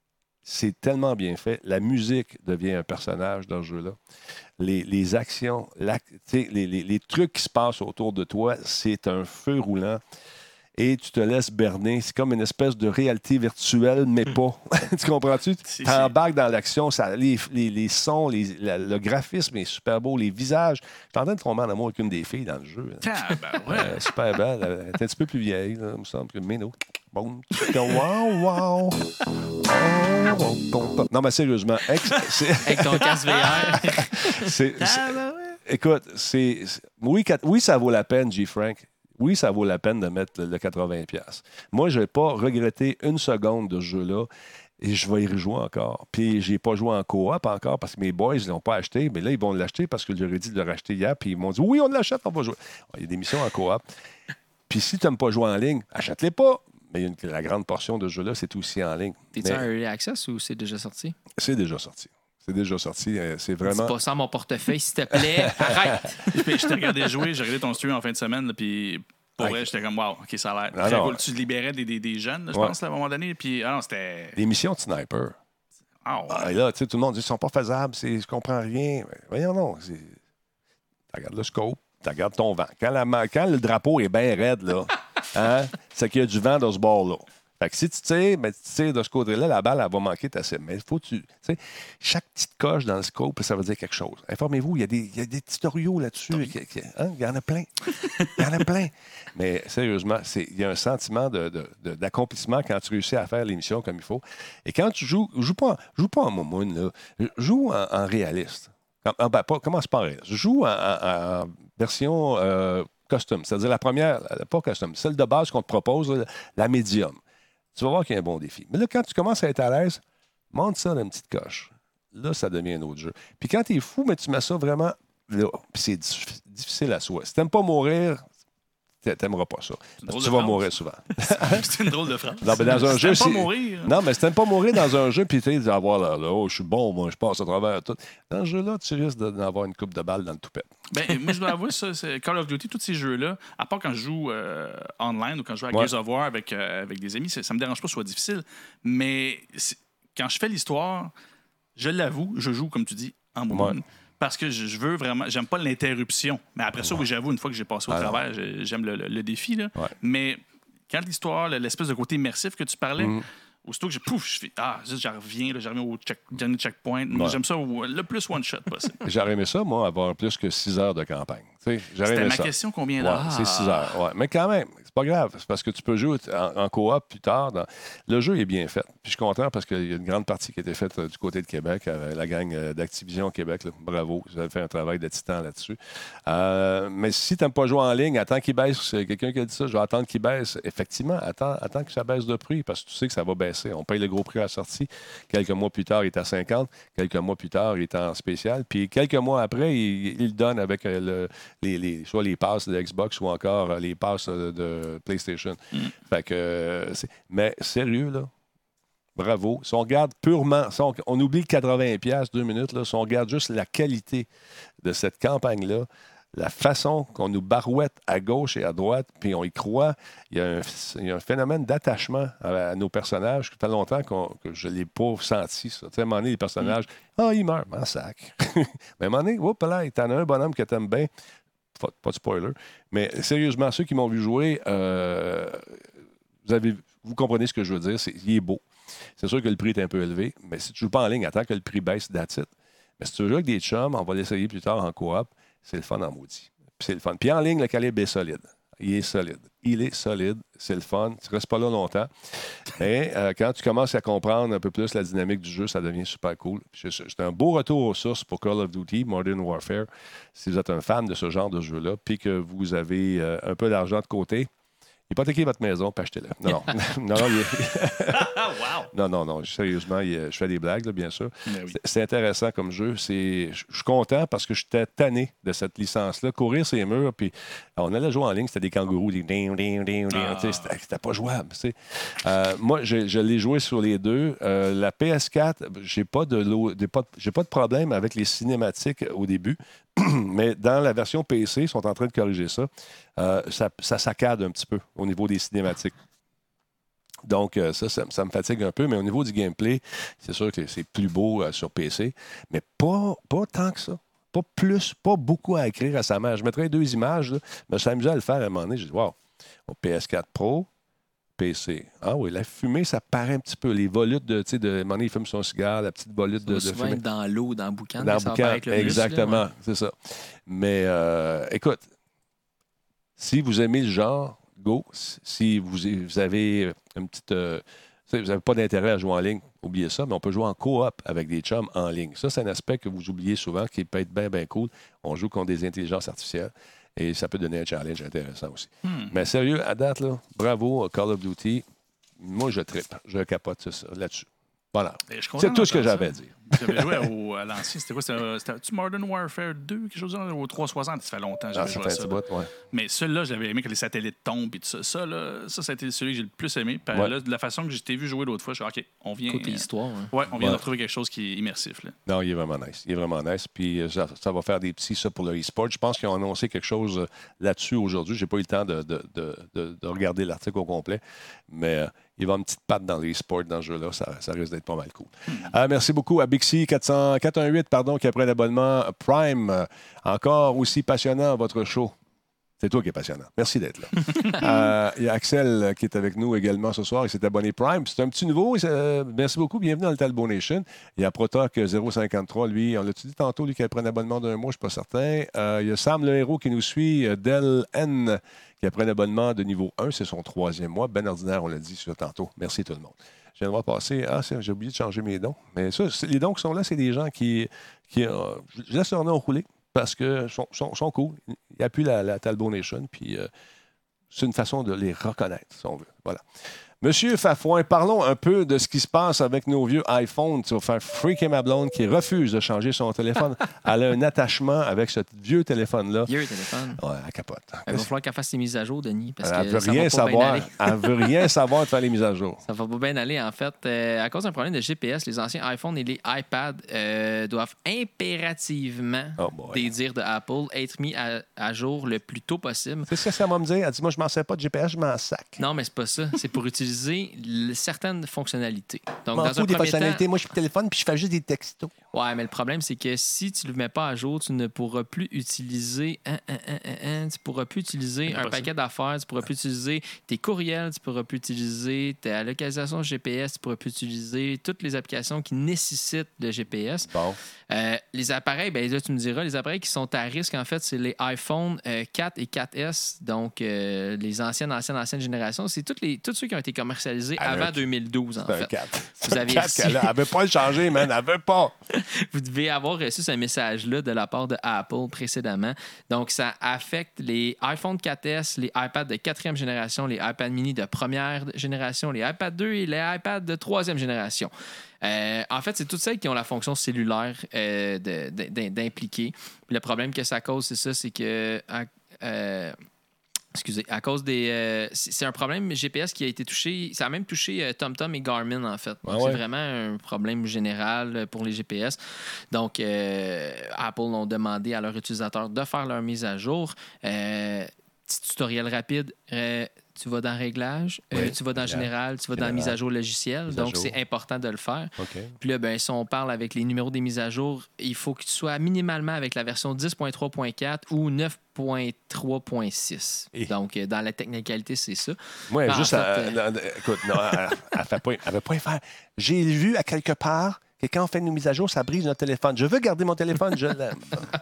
c'est tellement bien fait. La musique devient un personnage dans ce jeu-là. Les, les actions, l'ac- tu sais, les, les- les trucs qui se passent autour de toi, c'est un feu roulant. Et tu te laisses berner. C'est comme une espèce de réalité virtuelle, mais pas. Tu comprends-tu? Si, Tu embarques dans l'action. Ça, les, les, les sons, les- la- le graphisme est super beau. Les visages. Je suis en train de tomber en amour avec une des filles dans le jeu. là. Ah, ben ouais. Euh, super belle. Elle est un petit peu plus vieille, là, il me semble que Mino. Bon. Wow, wow. Oh, oh, oh. Non, mais sérieusement, ex- c'est, Avec ton casque V R. c'est- c'est- Ah, ben ouais. écoute, c'est, c'est- oui, quat- oui, ça vaut la peine, G. Frank. Oui, ça vaut la peine de mettre le, le quatre-vingts dollars. Moi, je n'ai pas regretté une seconde de ce jeu-là. Et je vais y rejouer encore. Puis, j'ai pas joué en coop encore parce que mes boys ne l'ont pas acheté. Mais là, ils vont l'acheter parce que je leur ai dit de le racheter hier. Puis, ils m'ont dit oui, on l'achète, on va jouer. Il y a des missions en coop. Puis, si tu n'aimes pas jouer en ligne, achète-les pas. Mais il y a une- la grande portion de ce jeu-là, c'est aussi en ligne. T'es-tu Mais en Early Access ou c'est déjà sorti? c'est déjà sorti. C'est déjà sorti. Euh, C'est C'est vraiment. pas ça mon portefeuille, s'il te plaît. Arrête! Puis je t'ai regardé jouer, j'ai regardé ton stream en fin de semaine, là, puis pour Ah, vrai, j'étais comme, wow, OK, ça a l'air Ah, très non. cool. Tu libérais des, des, des jeunes, là, je Ouais. pense, là, à un moment donné, puis ah non, c'était. Les missions de sniper. Ah, ouais. Ah, et là, tu sais, tout le monde dit qu'ils sont pas faisables, c'est, je comprends rien. Mais voyons, non. Tu regardes le scope, tu regardes ton vent. Quand, la ma- quand le drapeau est bien raide, là, hein, c'est qu'il y a du vent dans ce bord-là. Fait que si tu tires, ben, tu tires de ce côté-là, la balle, elle va manquer ta cible. Mais il faut que tu. Tu sais, chaque petite coche dans le scope, ça veut dire quelque chose. Informez-vous, il y a des, il y a des tutoriaux là-dessus. qui- qui- hein, Il y en a plein. Il y en a plein. Mais sérieusement, c'est- il y a un sentiment de, de- de- d'accomplissement quand tu réussis à faire l'émission comme il faut. Et quand tu joues, joue pas, en- joue pas en momoune, là. Joue en, en réaliste. En- en- ben, pas, commence pas en réaliste. Joue en, en- en version euh, custom. C'est-à-dire la première, pas custom, celle de base qu'on te propose, là, la médium. Tu vas voir qu'il y a un bon défi. Mais là, quand tu commences à être à l'aise, monte ça d'une petite coche. Là, ça devient un autre jeu. Puis quand tu es fou, mais tu mets ça vraiment là. Puis c'est dif- difficile à soi. Si tu n'aimes pas mourir, tu n'aimeras pas ça. une Parce drôle que tu de vas phrase. mourir souvent. C'est une drôle de phrase. Non, mais dans un Si jeu, t'aimes pas c'est- mourir. Non, mais si tu n'aimes pas mourir dans un jeu, puis tu sais, avoir là, là, oh, je suis bon, moi, je passe à travers tout. Dans ce jeu-là, tu risques de- d'avoir une coupe de balles dans le toupette. Ben, moi, je dois avouer, ça, c'est Call of Duty, tous ces jeux-là, à part quand je joue euh, online ou quand je joue à Ouais. Gears of War avec, euh, avec des amis, ça, ça me dérange pas que ce soit difficile. Mais c'est- quand je fais l'histoire, je l'avoue, je joue, comme tu dis, en moment. Ouais. Parce que je je veux vraiment. J'aime pas l'interruption. Mais après ça, oui, j'avoue, une fois que j'ai passé au Ah, travers, j'ai- j'aime le, le- le défi. Là. Ouais. Mais quand l'histoire, l'espèce de côté immersif que tu parlais, Mhm. aussitôt que je pouf, je fais Ah, juste, j'en reviens, là, j'en reviens au check, dernier checkpoint. Ouais. J'aime ça au- le plus one-shot possible. J'aurais aimé ça, moi, avoir plus que six heures de campagne. Tu sais, j'aurais C'était aimé ma ça. question, combien Ouais, d'heures? c'est six heures. Ouais. Mais quand même, C'est pas grave. C'est parce que tu peux jouer en, en coop plus tard. Dans... Le jeu est bien fait. Puis je suis content parce qu'il y a une grande partie qui a été faite euh, du côté de Québec, avec la gang euh, d'Activision Québec. Là. Bravo. Vous avez fait un travail de titan là-dessus. Euh, mais si tu n'aimes pas jouer en ligne, attends qu'il baisse. C'est quelqu'un qui a dit ça. Je vais attendre qu'il baisse. Effectivement, attends, attends que ça baisse de prix parce que tu sais que ça va baisser. On paye le gros prix à la sortie. Quelques mois plus tard, il est à cinquante. Quelques mois plus tard, il est en spécial. Puis quelques mois après, il, il donne avec euh, le, les, les, soit les passes de Xbox ou encore euh, les passes de, de PlayStation. Mm. Fait que, euh, c'est... Mais sérieux, là, bravo. Si on regarde purement, si on, on oublie quatre-vingts dollars, deux minutes, là, si on regarde juste la qualité de cette campagne-là, la façon qu'on nous barouette à gauche et à droite, puis on y croit, il y a un, il y a un phénomène d'attachement à, à nos personnages qui fait longtemps qu'on, que je ne l'ai pas senti. Ça. Tu sais, à un moment donné, les personnages, ah, mm. oh, il meurt, en sac. Mais à un moment donné, oups, là, t'en as un bonhomme que t'aimes bien. Pas de spoiler. Mais sérieusement, ceux qui m'ont vu jouer, euh, vous, avez, vous comprenez ce que je veux dire. C'est, il est beau. C'est sûr que le prix est un peu élevé, mais si tu ne joues pas en ligne, attends que le prix baisse, that's it. Mais si tu veux jouer avec des chums, on va l'essayer plus tard en coop. C'est le fun en maudit. Puis c'est le fun. Puis en ligne, le calibre est solide. Il est solide. Il est solide. C'est le fun. Tu ne restes pas là longtemps. Mais euh, quand tu commences à comprendre un peu plus la dynamique du jeu, ça devient super cool. C'est, c'est un beau retour aux sources pour Call of Duty, Modern Warfare. Si vous êtes un fan de ce genre de jeu-là, puis que vous avez euh, un peu d'argent de côté, hypothéquez votre maison, puis achetez-la. Non, non. non, non, il est... wow. non, non, non. Sérieusement, il est... je fais des blagues, là, bien sûr. Oui. C'est, c'est intéressant comme jeu. C'est... Je suis content parce que j'étais tanné de cette licence-là. Courir ces murs, puis on allait jouer en ligne, c'était des kangourous, des ding, ding, ding, ding. Ah. C'était... c'était pas jouable. Euh, moi, je, je l'ai joué sur les deux. Euh, la P S quatre, j'ai pas de lo... j'ai pas de... j'ai pas de problème avec les cinématiques au début. Mais dans la version P C, ils sont en train de corriger ça. Euh, ça, ça saccade un petit peu au niveau des cinématiques. Donc, euh, ça, ça, ça me fatigue un peu. Mais au niveau du gameplay, c'est sûr que c'est plus beau euh, sur P C. Mais pas, pas tant que ça. Pas plus, pas beaucoup à écrire à sa mère. Je mettrais deux images. Là, mais je m'amusais à le faire à un moment donné. J'ai dit, wow, au P S quatre Pro, P C. Ah oui, la fumée, ça paraît un petit peu. Les volutes de, tu sais, de, à un moment donné, il fume son cigare, la petite volute de, de souvent fumée. Être dans l'eau, dans le boucan. Dans le boucan, exactement, là, ouais. C'est ça. Mais euh, écoute, si vous aimez le genre, go. Si vous, vous avez une petite... Euh, vous n'avez pas d'intérêt à jouer en ligne, oubliez ça, mais on peut jouer en coop avec des chums en ligne. Ça, c'est un aspect que vous oubliez souvent, qui peut être bien, bien cool. On joue contre des intelligences artificielles. Et ça peut donner un challenge intéressant aussi. Hmm. Mais sérieux, à date, là, bravo, Call of Duty. Moi, je trippe. Je capote ça, là-dessus. Voilà. C'est tout ce que j'avais à dire. J'avais joué au, à l'ancien. C'était quoi? C'était, c'était Modern Warfare deux, quelque chose genre, au trois cent soixante? Ça fait longtemps que j'avais ah, joué à ça. Bout, ouais. Mais celui-là, j'avais aimé que les satellites tombent et tout ça. Ça, là, ça, ça a été celui que j'ai le plus aimé. Puis ouais. là, de la façon que je t'ai vu jouer l'autre fois, je suis OK, on vient... Côté histoire. Hein. Ouais, on vient ouais. de retrouver quelque chose qui est immersif. Là. Non, il est vraiment nice. Il est vraiment nice. Puis ça, ça va faire des petits, ça, pour le e-sport. Je pense qu'ils ont annoncé quelque chose là-dessus aujourd'hui. J'ai pas eu le temps de, de, de, de, de regarder l'article au complet. Mais... Euh, il va avoir une petite patte dans les sports dans ce jeu-là. Ça, ça risque d'être pas mal cool. Hmm. Euh, merci beaucoup à Bixi quatre cent, quatre cent dix-huit, pardon, qui a pris un abonnement Prime. Euh, encore aussi passionnant, votre show. C'est toi qui es passionnant. Merci d'être là. euh, il y a Axel qui est avec nous également ce soir. Il s'est abonné Prime. C'est un petit nouveau. Euh, merci beaucoup. Bienvenue dans le Talbot Nation. Il y a Protoc zéro cinquante-trois. Lui, on l'a-tu dit tantôt, lui, qui a pris un abonnement d'un mois, je ne suis pas certain. Euh, il y a Sam le héros qui nous suit. Del N qui a pris un abonnement de niveau un. C'est son troisième mois. Ben ordinaire, on l'a dit sur tantôt. Merci tout le monde. Je viens de voir passer. Ah, j'ai oublié de changer mes dons. Mais ça, les dons qui sont là, c'est des gens qui. qui euh, je laisse leur nom rouler. Parce que sont, sont, sont cool. Il appuie la, la Talbot Nation, puis euh, c'est une façon de les reconnaître, si on veut. Voilà. Monsieur Fafouin, parlons un peu de ce qui se passe avec nos vieux iPhones. Tu vas faire freaker ma blonde qui refuse de changer son téléphone. Elle a un attachement avec ce vieux téléphone-là. Vieux téléphone. Ouais, elle capote. Il va falloir qu'elle fasse ses mises à jour, Denis. Parce elle que veut ça rien va pas savoir. bien aller. Elle veut rien savoir de faire les mises à jour. Ça va pas bien aller, en fait. Euh, à cause d'un problème de G P S, les anciens iPhones et les iPads euh, doivent impérativement, oh des dires de Apple, être mis à, à jour le plus tôt possible. C'est ce que ça va me dire. Elle dit, moi, je m'en sers pas de G P S, je m'en sac. Non, mais c'est pas ça. C'est pour utiliser certaines fonctionnalités. Donc, dans un des fonctionnalités. temps... Moi, je suis téléphone puis je fais juste des textos. Ouais, mais le problème, c'est que si tu ne le mets pas à jour, tu ne pourras plus utiliser. Hein, hein, hein, hein, hein, tu pourras plus utiliser un paquet d'affaires, tu pourras plus utiliser tes courriels, tu pourras plus utiliser ta localisation G P S, tu pourras plus utiliser toutes les applications qui nécessitent le G P S. Bon. Euh, les appareils, ben là, tu me diras, les appareils qui sont à risque, en fait, c'est les iPhone euh, quatre et quatre S, donc euh, les anciennes, anciennes, anciennes générations. C'est tous les, tous ceux qui ont été commercialisés Ah, avant un- deux mille douze, en C'est un fait. quatre. Vous C'est un avez quatre reçu- qu'elle a. Elle veut pas le changer, man. Elle veut pas. Vous devez avoir reçu ce message-là de la part de Apple précédemment. Donc, ça affecte les iPhone quatre S, les iPads de quatrième génération, les iPad mini de première génération, les iPad deux et les iPads de troisième génération. Euh, en fait, c'est toutes celles qui ont la fonction cellulaire euh, de- de- d'impliquer. Puis le problème que ça cause, c'est ça, c'est que... euh, Excusez, à cause des. Euh, c'est c'est un problème G P S qui a été touché. Ça a même touché euh, TomTom et Garmin, en fait. Ah C'est ouais? vraiment un problème général pour les G P S. Donc, euh, Apple ont demandé à leurs utilisateurs de faire leur mise à jour. Euh, petit tutoriel rapide. Euh, tu vas dans Réglages, euh, Oui. tu vas dans Général, tu vas dans Général. Mise à jour logicielle. Mise à Donc, jour. c'est important de le faire. OK. Puis là, ben, si on parle avec les numéros des mises à jour, il faut que tu sois minimalement avec la version dix point trois point quatre ou neuf point trois point six. Et- Donc, euh, dans la technicalité, c'est ça. Moi, Ben, en juste. fait, à- euh, non, non, écoute, non, elle, elle fait pas, elle veut pas y faire. J'ai vu à quelque part que quand on fait une mise à jour, ça brise notre téléphone. Je veux garder mon téléphone, je l'aime.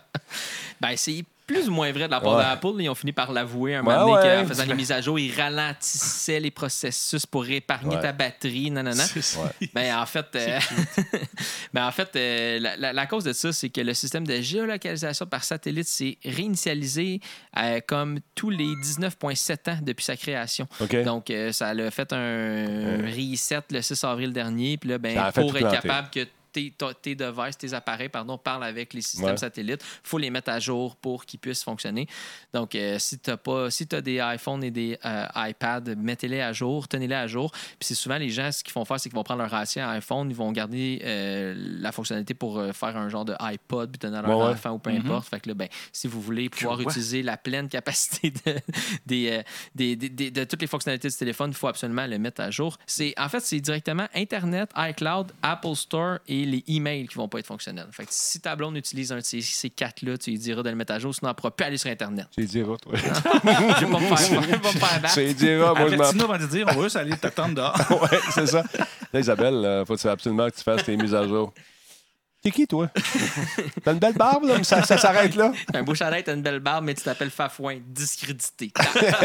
Ben, c'est plus ou moins vrai de la part Ouais. d'Apple. Ils ont fini par l'avouer un Ouais, moment donné ouais. qu'en faisant les mises à jour, ils ralentissaient les processus pour épargner Ouais. ta batterie. Non, non, non. C'est ça. Ben, en fait, euh, ben, en fait euh, la, la- la cause de ça, c'est que le système de géolocalisation par satellite s'est réinitialisé euh, comme tous les dix-neuf virgule sept ans depuis sa création. OK. Donc, euh, ça a fait un reset le six avril dernier. Puis là, ben, Ça a fait pour tout être planter. capable que tes, ta- tes devices, tes appareils, pardon, parlent avec les systèmes Ouais. satellites, il faut les mettre à jour pour qu'ils puissent fonctionner. Donc, euh, si tu as pas, si tu as des iPhones et des euh, iPads, mettez-les à jour, tenez-les à jour. Puis c'est souvent les gens, ce qu'ils vont faire, c'est qu'ils vont prendre leur ancien iPhone, ils vont garder euh, la fonctionnalité pour euh, faire un genre de iPod, puis donner à leur Ouais, ouais. enfant ou peu Mhm. importe. Fait que là, ben, si vous voulez pouvoir Ouais. utiliser la pleine capacité de, des, euh, des, des- des- de toutes les fonctionnalités du téléphone, il faut absolument le mettre à jour. C'est, en fait, c'est directement Internet, iCloud, Apple Store et les emails qui vont pas être fonctionnels. Fait que si ta blonde utilise un de ces, ces quatre-là, tu lui diras de le mettre à jour, sinon elle ne pourra plus aller sur Internet. Tu lui diras, toi. Je vais pas me faire, je vais pas me faire battre. Tu lui diras, moi, je m'en. Avertis-nous avant de dire, on va juste aller t'attendre dehors. Ouais, c'est ça. Là, Isabelle, euh, faut absolument que tu fasses tes mises à jour. T'es qui, toi? T'as une belle barbe, là, mais ça, ça s'arrête là? T'as un beau chalet, t'as une belle barbe, mais tu t'appelles Fafouin. Discrédité.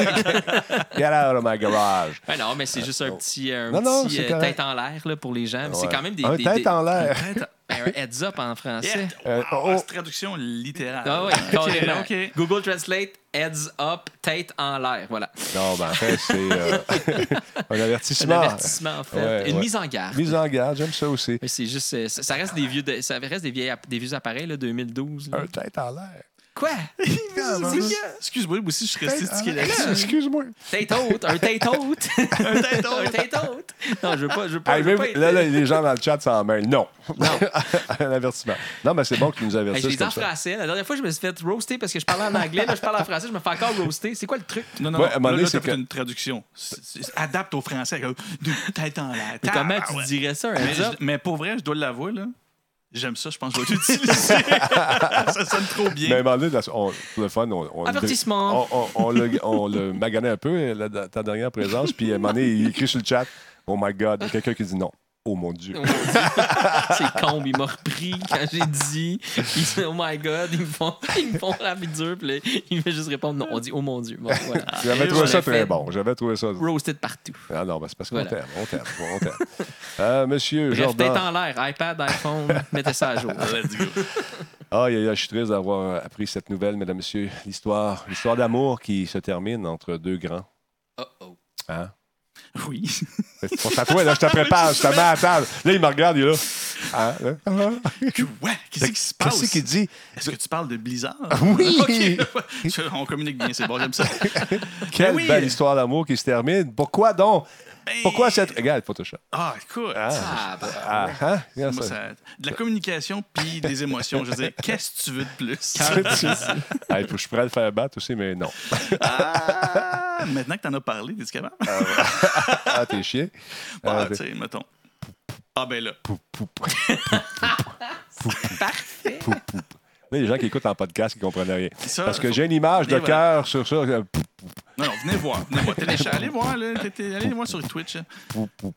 Get out of my garage. Ben non, mais c'est juste un petit, un Non, non, petit c'est euh, correct. tête en l'air là, pour les gens. Mais C'est Ouais. quand même des. Un des- tête des- en l'air. Ben, un heads up en français. Yeah. Euh, Wow, oh. c'est traduction littérale. Ah oui, OK, carrément. OK. Google Translate, heads up, tête en l'air. Voilà. Non, ben en fait, c'est euh, un Un avertissement. avertissement, en fait. Ouais, Une ouais. mise en garde. Mise en garde, j'aime ça aussi. Mais c'est juste. euh, Ça ça reste des vieux, de- ça reste des, vieilles, app- des vieux appareils, là, deux mille douze. là. Un tête en l'air. Quoi? Excuse-moi, moi aussi, je suis resté Tête en stické l'air. là-dessus. Excuse-moi. Tête haute, un tête haute. Un tête haute. un tête haute. Non, je veux pas. Je veux pas, Hey, je veux même- pas être- là, là, les gens dans le chat s'en mêlent. Non. Non. Un avertissement. Non, mais c'est bon que tu nous Hey, avertisses je l'ai dit en comme ça. français. La dernière fois, je me suis fait roaster parce que je parlais en anglais. Là, je parle en français. Je me fais encore roaster. C'est quoi le truc? Non, non, Ouais, non. à un moment Là, donné, là, c'est t'as fait que- une traduction. C'est- c'est- Adapte au français. comme, de Tête en l'air. Mais comment Ah, tu ouais. dirais ça, un Mais, heads up? je- mais pour vrai, je dois l'avouer, là. J'aime ça, je pense que je vais l'utiliser. Ça sonne trop bien. Mais à un moment donné, là, on- pour le fun, on, on, Avertissement. on, on, on le, on le maganait un peu, la- ta dernière présence, puis à un moment donné, il écrit sur le chat « Oh my God », il y a quelqu'un qui dit non. Oh mon Dieu. Oh mon Dieu. C'est con, il m'a repris quand j'ai dit. Il dit, oh my God, ils me font, ils me font rapide dur. Puis là, il veut juste répondre non. On dit, oh mon Dieu. Bon, voilà. J'avais Et trouvé voilà, ça très fait. bon. J'avais trouvé ça. Roasted partout. Ah non, ben c'est parce qu'on Voilà. t'aime. On t'aime. On t'aime. Euh, monsieur Bref, tête Jordan. en l'air, iPad, iPhone, mettez ça à jour. Let's go. Ah, yeah, yeah, je suis triste d'avoir appris cette nouvelle, mesdames et messieurs. L'histoire, l'histoire d'amour qui se termine entre deux grands. Oh oh. Hein? Oui. Pense à toi, là, je te prépare, je te mets à table. Là, il me regarde, il est là. Hein? Là? Ouais, qu'est-ce qui se passe? Qu'est-ce qu'il dit? Est-ce que tu parles de Blizzard? Oui! OK. Je- On communique bien, c'est bon, j'aime ça. Quelle oui. belle histoire d'amour qui se termine. Pourquoi donc? Ben- Pourquoi cette. Regarde, Photoshop. Ah, écoute. Ah, Ah, bah, ah, hein? Regarde Moi, ça. ça- de la communication puis des émotions. Je veux dire, qu'est-ce que tu veux de plus? Ah, il faut que je pourrais le faire battre aussi, mais non. Ah, maintenant que t'en as parlé, t'es-tu capable? Ah, t'es chien. Ah, Ah, tu sais, mettons. Ah, ben là. Parfait. Poup, poup. Il y a des gens qui écoutent en podcast qui ne comprennent rien. Ça, Parce que j'ai une image de et voilà. cœur sur ça. euh, poup, poup, Non, non, venez voir. Venez voir. Téléchargez. Allez voir, là. Allez voir sur Twitch. poup, poup.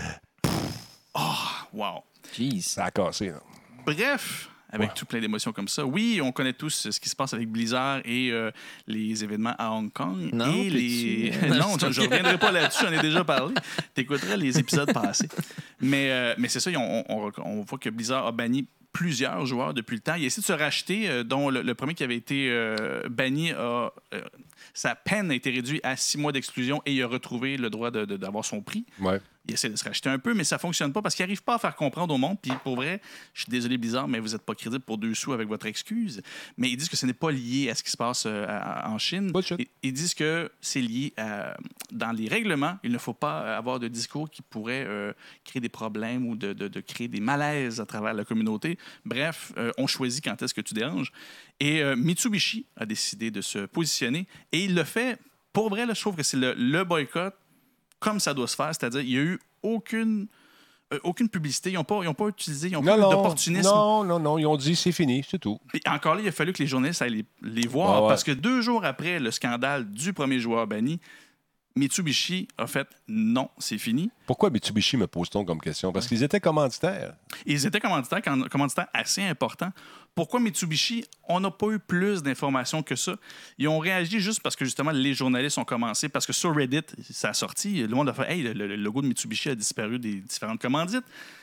Wow. Jeez. Ça a cassé. Là. Bref, avec Ouais. tout plein d'émotions comme ça. Oui, on connaît tous ce qui se passe avec Blizzard et euh, les événements à Hong Kong. Non, et les... peux-tu? non, je ne reviendrai pas là-dessus, j'en ai déjà parlé. Tu écouteras les épisodes passés. Mais, euh, mais c'est ça, on, on, on voit que Blizzard a banni plusieurs joueurs depuis le temps. Il a essayé de se racheter, euh, dont le, le premier qui avait été euh, banni, a, euh, sa peine a été réduite à six mois d'exclusion et il a retrouvé le droit de, de, d'avoir son prix. Ouais. Il essaie de se racheter un peu, mais ça ne fonctionne pas parce qu'il n'arrive pas à faire comprendre au monde. Puis pour vrai, je suis désolé Blizzard, mais vous n'êtes pas crédible pour deux sous avec votre excuse. Mais ils disent que ce n'est pas lié à ce qui se passe euh, à- en Chine. Bullshit. Ils, ils disent que c'est lié à... Dans les règlements, il ne faut pas avoir de discours qui pourraient euh, créer des problèmes ou de, de- de créer des malaises à travers la communauté. Bref, euh, on choisit quand est-ce que tu déranges. Et euh, Mitsubishi a décidé de se positionner et il le fait. Pour vrai, là, je trouve que c'est le, le boycott comme ça doit se faire, c'est-à-dire il n'y a eu aucune, euh, aucune publicité, ils n'ont pas, ils ont pas utilisé, ils n'ont pas Non, eu non, d'opportunisme. non, non, non. Ils ont dit c'est fini, c'est tout. Puis encore là, il a fallu que les journalistes aillent les, les voir Ouais, ouais. parce que deux jours après le scandale du premier joueur banni, Mitsubishi a fait non, c'est fini. Pourquoi Mitsubishi me pose-t-on comme question? Parce qu'ils étaient commanditaires. Ils étaient commanditaires, quand- commanditaires assez importants. Pourquoi Mitsubishi? On n'a pas eu plus d'informations que ça. Ils ont réagi juste parce que justement les journalistes ont commencé, parce que sur Reddit, ça a sorti, le monde a fait « Hey, le, le logo de Mitsubishi a disparu des différentes commandites. »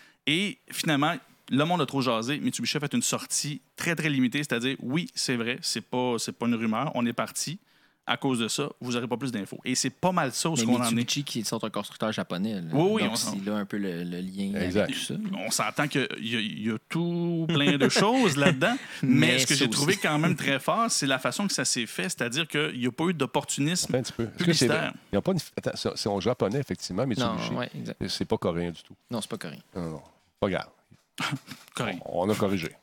Et finalement, le monde a trop jasé. Mitsubishi a fait une sortie très, très limitée, c'est-à-dire « Oui, c'est vrai, c'est pas, c'est pas une rumeur, on est parti. À cause de ça, vous n'aurez pas plus d'infos. » Et c'est pas mal ça où ce Mais qu'on en est. Mitsubishi, qui sont un constructeur japonais. Là. Oui, oui, Donc, on c'est s'en- là un peu le, le lien Exact. avec tout ça. On s'entend qu'il y, a- il y a tout plein de choses là-dedans, mais, Mais ce que ça j'ai aussi. trouvé quand même très fort, c'est la façon que ça s'est fait, c'est-à-dire qu'il n'y a pas eu d'opportunisme. Attends un petit peu. Est-ce que c'est Publicitaire. ils ont pas une... Attends, c'est c'est en japonais, effectivement, Non, Mitsubishi. ouais, exact. C'est- C'est pas coréen du tout. Non, c'est pas coréen. Non, non. Pas grave. Correct. On, on a corrigé.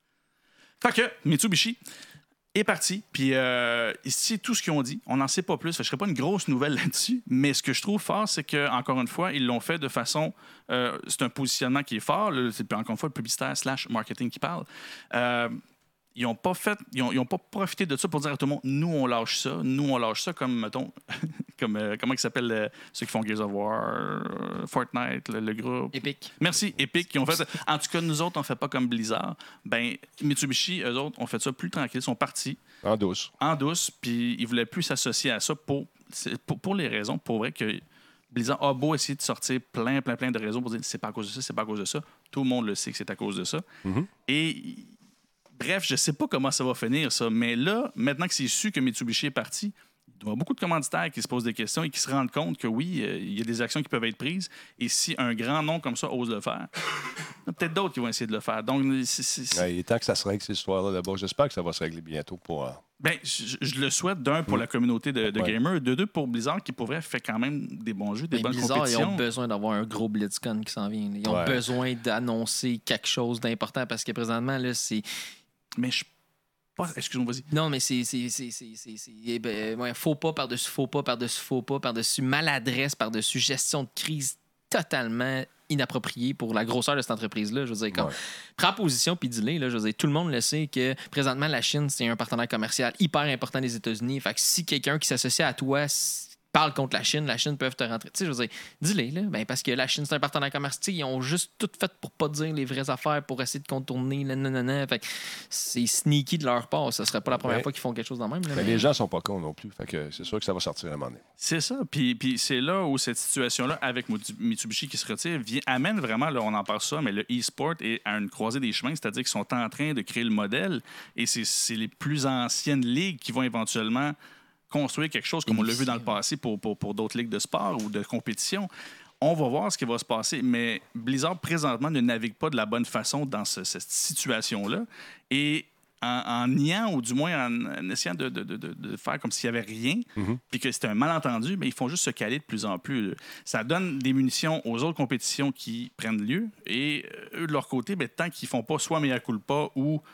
Fait que Mitsubishi est parti, puis euh, ici, tout ce qu'ils ont dit, on n'en sait pas plus. Fait que je ne ferai pas une grosse nouvelle là-dessus, mais ce que je trouve fort, c'est que encore une fois, ils l'ont fait de façon... euh, c'est un positionnement qui est fort. Là, c'est encore une fois le publicitaire slash marketing qui parle. Euh, ils n'ont pas fait, ils ont, ils ont pas profité de ça pour dire à tout le monde, nous, on lâche ça, nous, on lâche ça, comme, mettons, comme, euh, comment ils s'appellent euh, ceux qui font Gears of War, euh, Fortnite, le, le groupe. Épique. Merci, Epic, qui ont fait ça. En tout cas, nous autres, on ne fait pas comme Blizzard. Ben, Mitsubishi, eux autres, ont fait ça plus tranquille. Ils sont partis En douce. en douce, puis ils ne voulaient plus s'associer à ça pour, c'est pour, pour les raisons, pour vrai que Blizzard a beau essayer de sortir plein, plein, plein de raisons pour dire c'est pas à cause de ça, c'est pas à cause de ça. Tout le monde le sait que c'est à cause de ça. Mhm. Et bref, je sais pas comment ça va finir, ça, mais là, maintenant que c'est su que Mitsubishi est parti, il doit y avoir beaucoup de commanditaires qui se posent des questions et qui se rendent compte que oui, euh, il y a des actions qui peuvent être prises. Et si un grand nom comme ça ose le faire, il y a peut-être d'autres qui vont essayer de le faire. Donc, c'est- c'est- c'est- Ouais, il est temps que ça se règle, cette histoire-là, d'abord. J'espère que ça va se régler bientôt pour... euh, ben, je, je le souhaite, d'un, pour la communauté de, de Ouais. gamers, de deux, pour Blizzard, qui, pour vrai, fait quand même des bons jeux, des Mais bonnes Blizzard, ils compétitions. ont besoin d'avoir un gros BlitzCon qui s'en vient. Ils ont Ouais. besoin d'annoncer quelque chose d'important parce que présentement, là, c'est. Mais je... Pas... Excuse-moi, vas-y. Non, mais c'est. c'est, c'est, c'est, c'est, c'est- eh ben, ouais, faux pas par-dessus faux pas, par-dessus faux pas, par-dessus maladresse, par-dessus gestion de crise totalement inappropriée pour la grosseur de cette entreprise-là. Je veux dire, comme, Ouais. prends position puis dis-le. Là, je veux dire, tout le monde le sait que présentement, la Chine, c'est un partenaire commercial hyper important des États-Unis. Fait que si quelqu'un qui s'associe à toi s- parle contre la Chine, la Chine peut te rentrer. Tu sais, je veux dire, dis-le, là. Ben, parce que la Chine, c'est un partenaire commercial. Tu sais, ils ont juste tout fait pour pas dire les vraies affaires, pour essayer de contourner. Là, nan, nan, nan. Fait que c'est sneaky de leur part. Ce serait pas la première Ouais. fois qu'ils font quelque chose dans le même. Là, Mais mais- les gens sont pas cons non plus. Fait que c'est sûr que ça va sortir à un moment donné. C'est ça. Puis, puis c'est là où cette situation-là, avec Mut- Mitsubishi qui se retire, vient, amène vraiment, là, on en parle ça, mais le e-sport est à une croisée des chemins, c'est-à-dire qu'ils sont en train de créer le modèle et c'est, c'est les plus anciennes ligues qui vont éventuellement construire quelque chose, comme on l'a vu dans le passé pour, pour, pour d'autres ligues de sport ou de compétition. On va voir ce qui va se passer, mais Blizzard, présentement, ne navigue pas de la bonne façon dans ce- cette situation-là. Et en, en niant, ou du moins en, en essayant de, de- de- de- de faire comme s'il n'y avait rien, Mhm. puis que c'était un malentendu, mais ils font juste se caler de plus en plus. Ça donne des munitions aux autres compétitions qui prennent lieu, et euh, eux, de leur côté, ben, tant qu'ils ne font pas soit mea culpa ou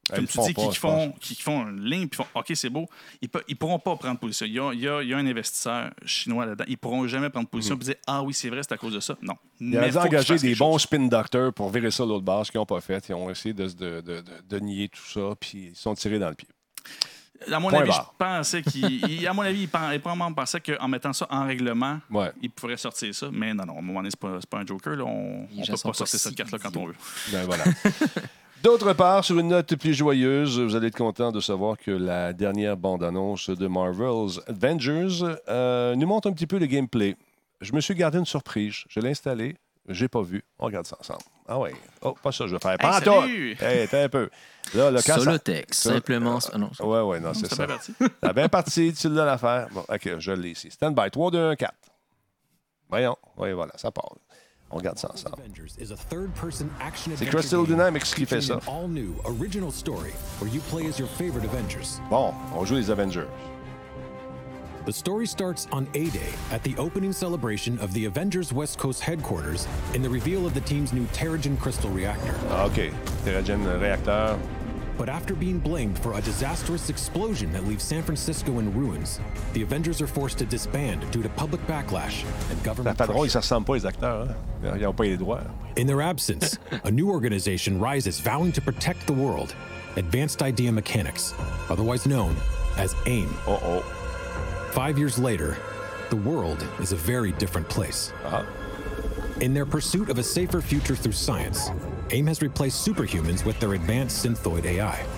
comme ils tu font dis, pas, qui, qui je font, qui, qui font une ligne, puis font OK, c'est beau, ils ne pourront pas prendre position. Il y a, il y a, il y a un investisseur chinois là-dedans. Ils ne pourront jamais prendre position et Mm-hmm. dire ah oui, c'est vrai, c'est à cause de ça. Non. Ils Mais ont faut qu'ils engagé fassent des quelque bons chose. spin doctors pour virer ça l'autre base, ce qu'ils n'ont pas fait. Ils ont essayé de, de, de, de, de nier tout ça, puis ils sont tirés dans le pied. À mon Point avis, barre. je pensais qu'il. À mon avis, il pen- il probablement pensait qu'en mettant ça en règlement, Ouais. il pourrait sortir ça. Mais non, non, à un moment donné, c'est pas, c'est pas un Joker. Là. On Les ne gens peut sont pas pas sortir si cette carte-là quand on veut. Ben voilà. D'autre part, sur une note plus joyeuse, vous allez être content de savoir que la dernière bande-annonce de Marvel's Avengers euh, nous montre un petit peu le gameplay. Je me suis gardé une surprise. Je l'ai installé. J'ai pas vu. On regarde ça ensemble. Ah ouais. Oh, pas ça, je vais faire. Pas en tout. salut! Hey, t'es un peu. Là, là, quand ça- Solotex, ça- simplement. Ah non, Ouais, ouais, non, c'est Ça ça. fait partie. Ça a bien parti. Tu l'as l'affaire. Bon, OK, je l'ai ici. Stand by. trois, deux, un, quatre. Voyons. Oui, voilà, ça part. On regarde ça ensemble. C'est Crystal Dynamics qui fait ça. Bon, on joue les Avengers. The story starts on A-Day at the opening celebration of the Avengers West Coast headquarters in the reveal of the team's new Terrigen crystal reactor. Ah, OK. Terrigen réacteur. But after being blamed for a disastrous explosion that leaves San Francisco in ruins, the Avengers are forced to disband due to public backlash and Ça government fait drôle, ils ne pressure. se ressemblent pas, les acteurs. Hein? Ils n'ont pas les droits. In their absence, a new organization rises vowing to protect the world, Advanced Idea Mechanics, otherwise known as AIM. Oh, oh. Five years later, the world is a very different place. Ah. In their pursuit of a safer future through science, AIM has replaced superhumans with their advanced synthoid A I.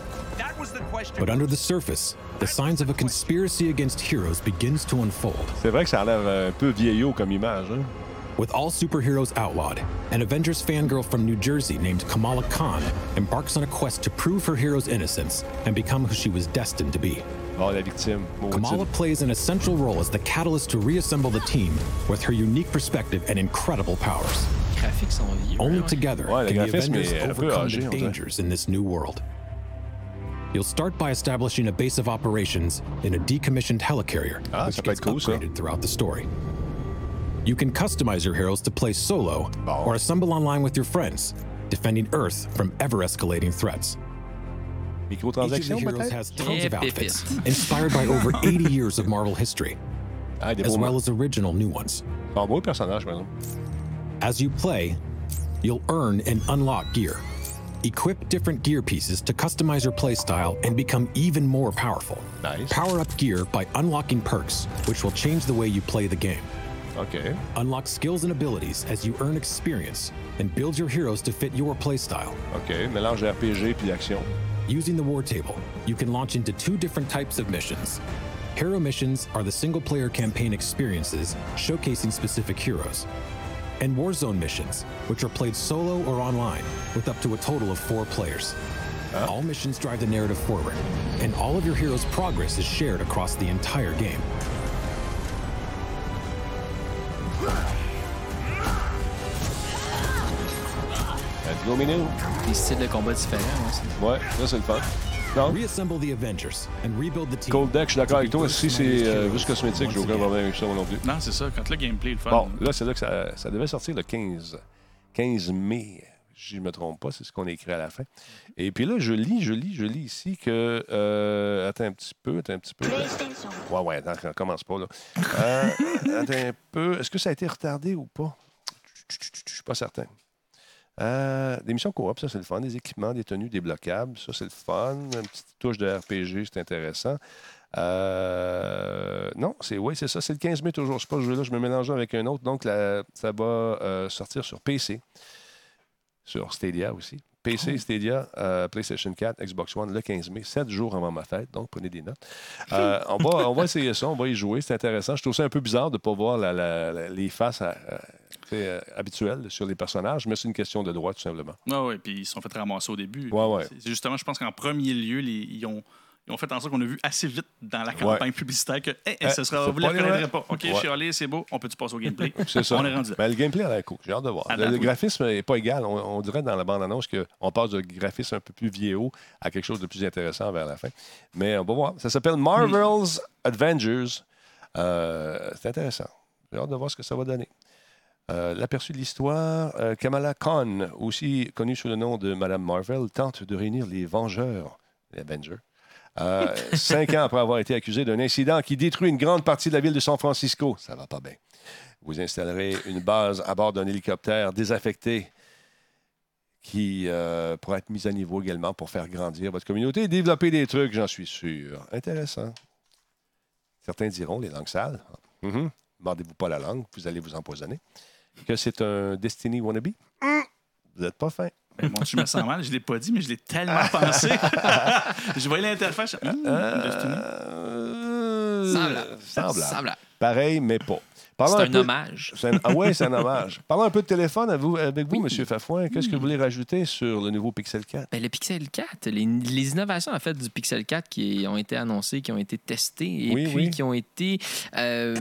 But under the surface, the signs of a conspiracy against heroes begins to unfold. C'est vrai que ça a l'air un peu vieillot comme image. Hein? With all superheroes outlawed, an Avengers fangirl from New Jersey named Kamala Khan embarks on a quest to prove her hero's innocence and become who she was destined to be. Oh, la victime. Kamala Maudite. plays an essential role as the catalyst to reassemble the team with her unique perspective and incredible powers. les graphiques sont vieux. Only ouais. together Ouais, le can the graphisme Avengers est un peu overcome âgé, the on dirait. dangers in this new world. You'll start by establishing a base of operations in a decommissioned helicarrier, Ah, which ça peut gets être cool, ça. upgraded throughout the story. You can customize your heroes to play solo Bon. or assemble online with your friends, defending Earth from ever-escalating threats. Each of the Microtransactions, heroes peut-être? has tons of Eh, outfits, pépite. inspired by over eighty years of Marvel history, Ah, des as beaux well moments. as original new ones. C'est un beau personnage, par exemple. As you play, you'll earn and unlock gear. Equip different gear pieces to customize your playstyle and become even more powerful. Nice. Power up gear by unlocking perks, which will change the way you play the game. OK. Unlock skills and abilities as you earn experience and build your heroes to fit your playstyle. OK. Mélange de R P G puis d'action. Using the war table, you can launch into two different types of missions. Hero missions are the single-player campaign experiences showcasing specific heroes. And Warzone missions, which are played solo or online with up to a total of four players. All missions drive the narrative forward, and all of your heroes' progress is shared across the entire game. Let's go, Minou. Des styles de combat différents. ouais, c'est- Ouais, ça, c'est le fun. Non? Reassemble the Avengers and rebuild the team. Cold Deck, je suis d'accord avec toi. To be Si Bruce c'est Banner's euh, heroes juste cosmétique, j'ai once aucun again. problème avec ça, moi non plus. Non, c'est ça. Quand le gameplay est le fun. Bon, là, c'est là que ça, ça devait sortir le quinze, quinze mai, si je ne me trompe pas, c'est ce qu'on a écrit à la fin. Et puis là, je lis, je lis, je lis ici que... Euh, attends un petit peu, attends un petit peu. Ouais, ouais, attends, on commence pas, là. Euh, attends un peu. Est-ce que ça a été retardé ou pas? Je suis pas certain. Euh, des missions coop, ça c'est le fun. Des équipements, des tenues débloquables, ça c'est le fun. Une petite touche de R P G, c'est intéressant. Euh, non, c'est oui, c'est ça. C'est le quinze mai toujours. Je sais pas, ce jeu-là, je me mélange avec un autre. Donc, la- ça va euh, sortir sur P C, sur Stadia aussi. P C, Stadia, euh, PlayStation quatre, Xbox One, le quinze mai, sept jours avant ma fête. Donc, prenez des notes. Euh, on, va, on va essayer ça, on va y jouer. C'est intéressant. Je trouve ça un peu bizarre de ne pas voir la- la- la- les faces à- à- tu sais, euh, habituelles sur les personnages, mais c'est une question de droit, tout simplement. Ah oui, puis ils se sont fait ramasser au début. Ouais, ouais. C'est justement, je pense qu'en premier lieu, les- ils, ont, ils ont fait en sorte qu'on a vu assez vite dans la campagne Ouais. publicitaire que hey, Euh, ce sera, c'est vous ne pas la reconnaîtrez vrai. pas. OK, Ouais. je suis allé, c'est beau. On peut-tu passer au gameplay? C'est ça. On est rendu là. Ben, le gameplay a l'air cool. J'ai hâte de voir. À Le, date, le oui. graphisme n'est pas égal. On, on dirait dans la bande-annonce qu'on passe de graphisme un peu plus vieillot à quelque chose de plus intéressant vers la fin. Mais on va voir. Ça s'appelle Marvel's Avengers. Euh, c'est intéressant. J'ai hâte de voir ce que ça va donner. Euh, l'aperçu de l'histoire, euh, Kamala Khan, aussi connue sous le nom de Madame Marvel, tente de réunir les Vengeurs, les Avengers, euh, cinq ans après avoir été accusée d'un incident qui détruit une grande partie de la ville de San Francisco. Ça va pas bien. Vous installerez une base à bord d'un hélicoptère désaffecté qui euh, pourra être mise à niveau également pour faire grandir votre communauté et développer des trucs, j'en suis sûr. Intéressant. Certains diront, les langues sales, mm-hmm. Mordez-vous pas la langue, vous allez vous empoisonner. Que c'est un Destiny wannabe? Mm. Vous n'êtes pas fin. Ben, mon, je me sens mal, je ne l'ai pas dit, mais je l'ai tellement pensé. Je voyais l'interface. Mmh, euh, Destiny. Euh, semblable. Semblable. Semblable. Pareil, mais pas. Parlons c'est un, un peu... hommage. C'est un... Ah oui, c'est un hommage. Parlons un peu de téléphone avec vous, avec vous Oui. M. Fafouin. Qu'est-ce que vous voulez rajouter sur le nouveau Pixel quatre? Ben, le Pixel quatre, les, les innovations en fait du Pixel quatre qui ont été annoncées, qui ont été testées et Oui, puis oui. qui ont été euh,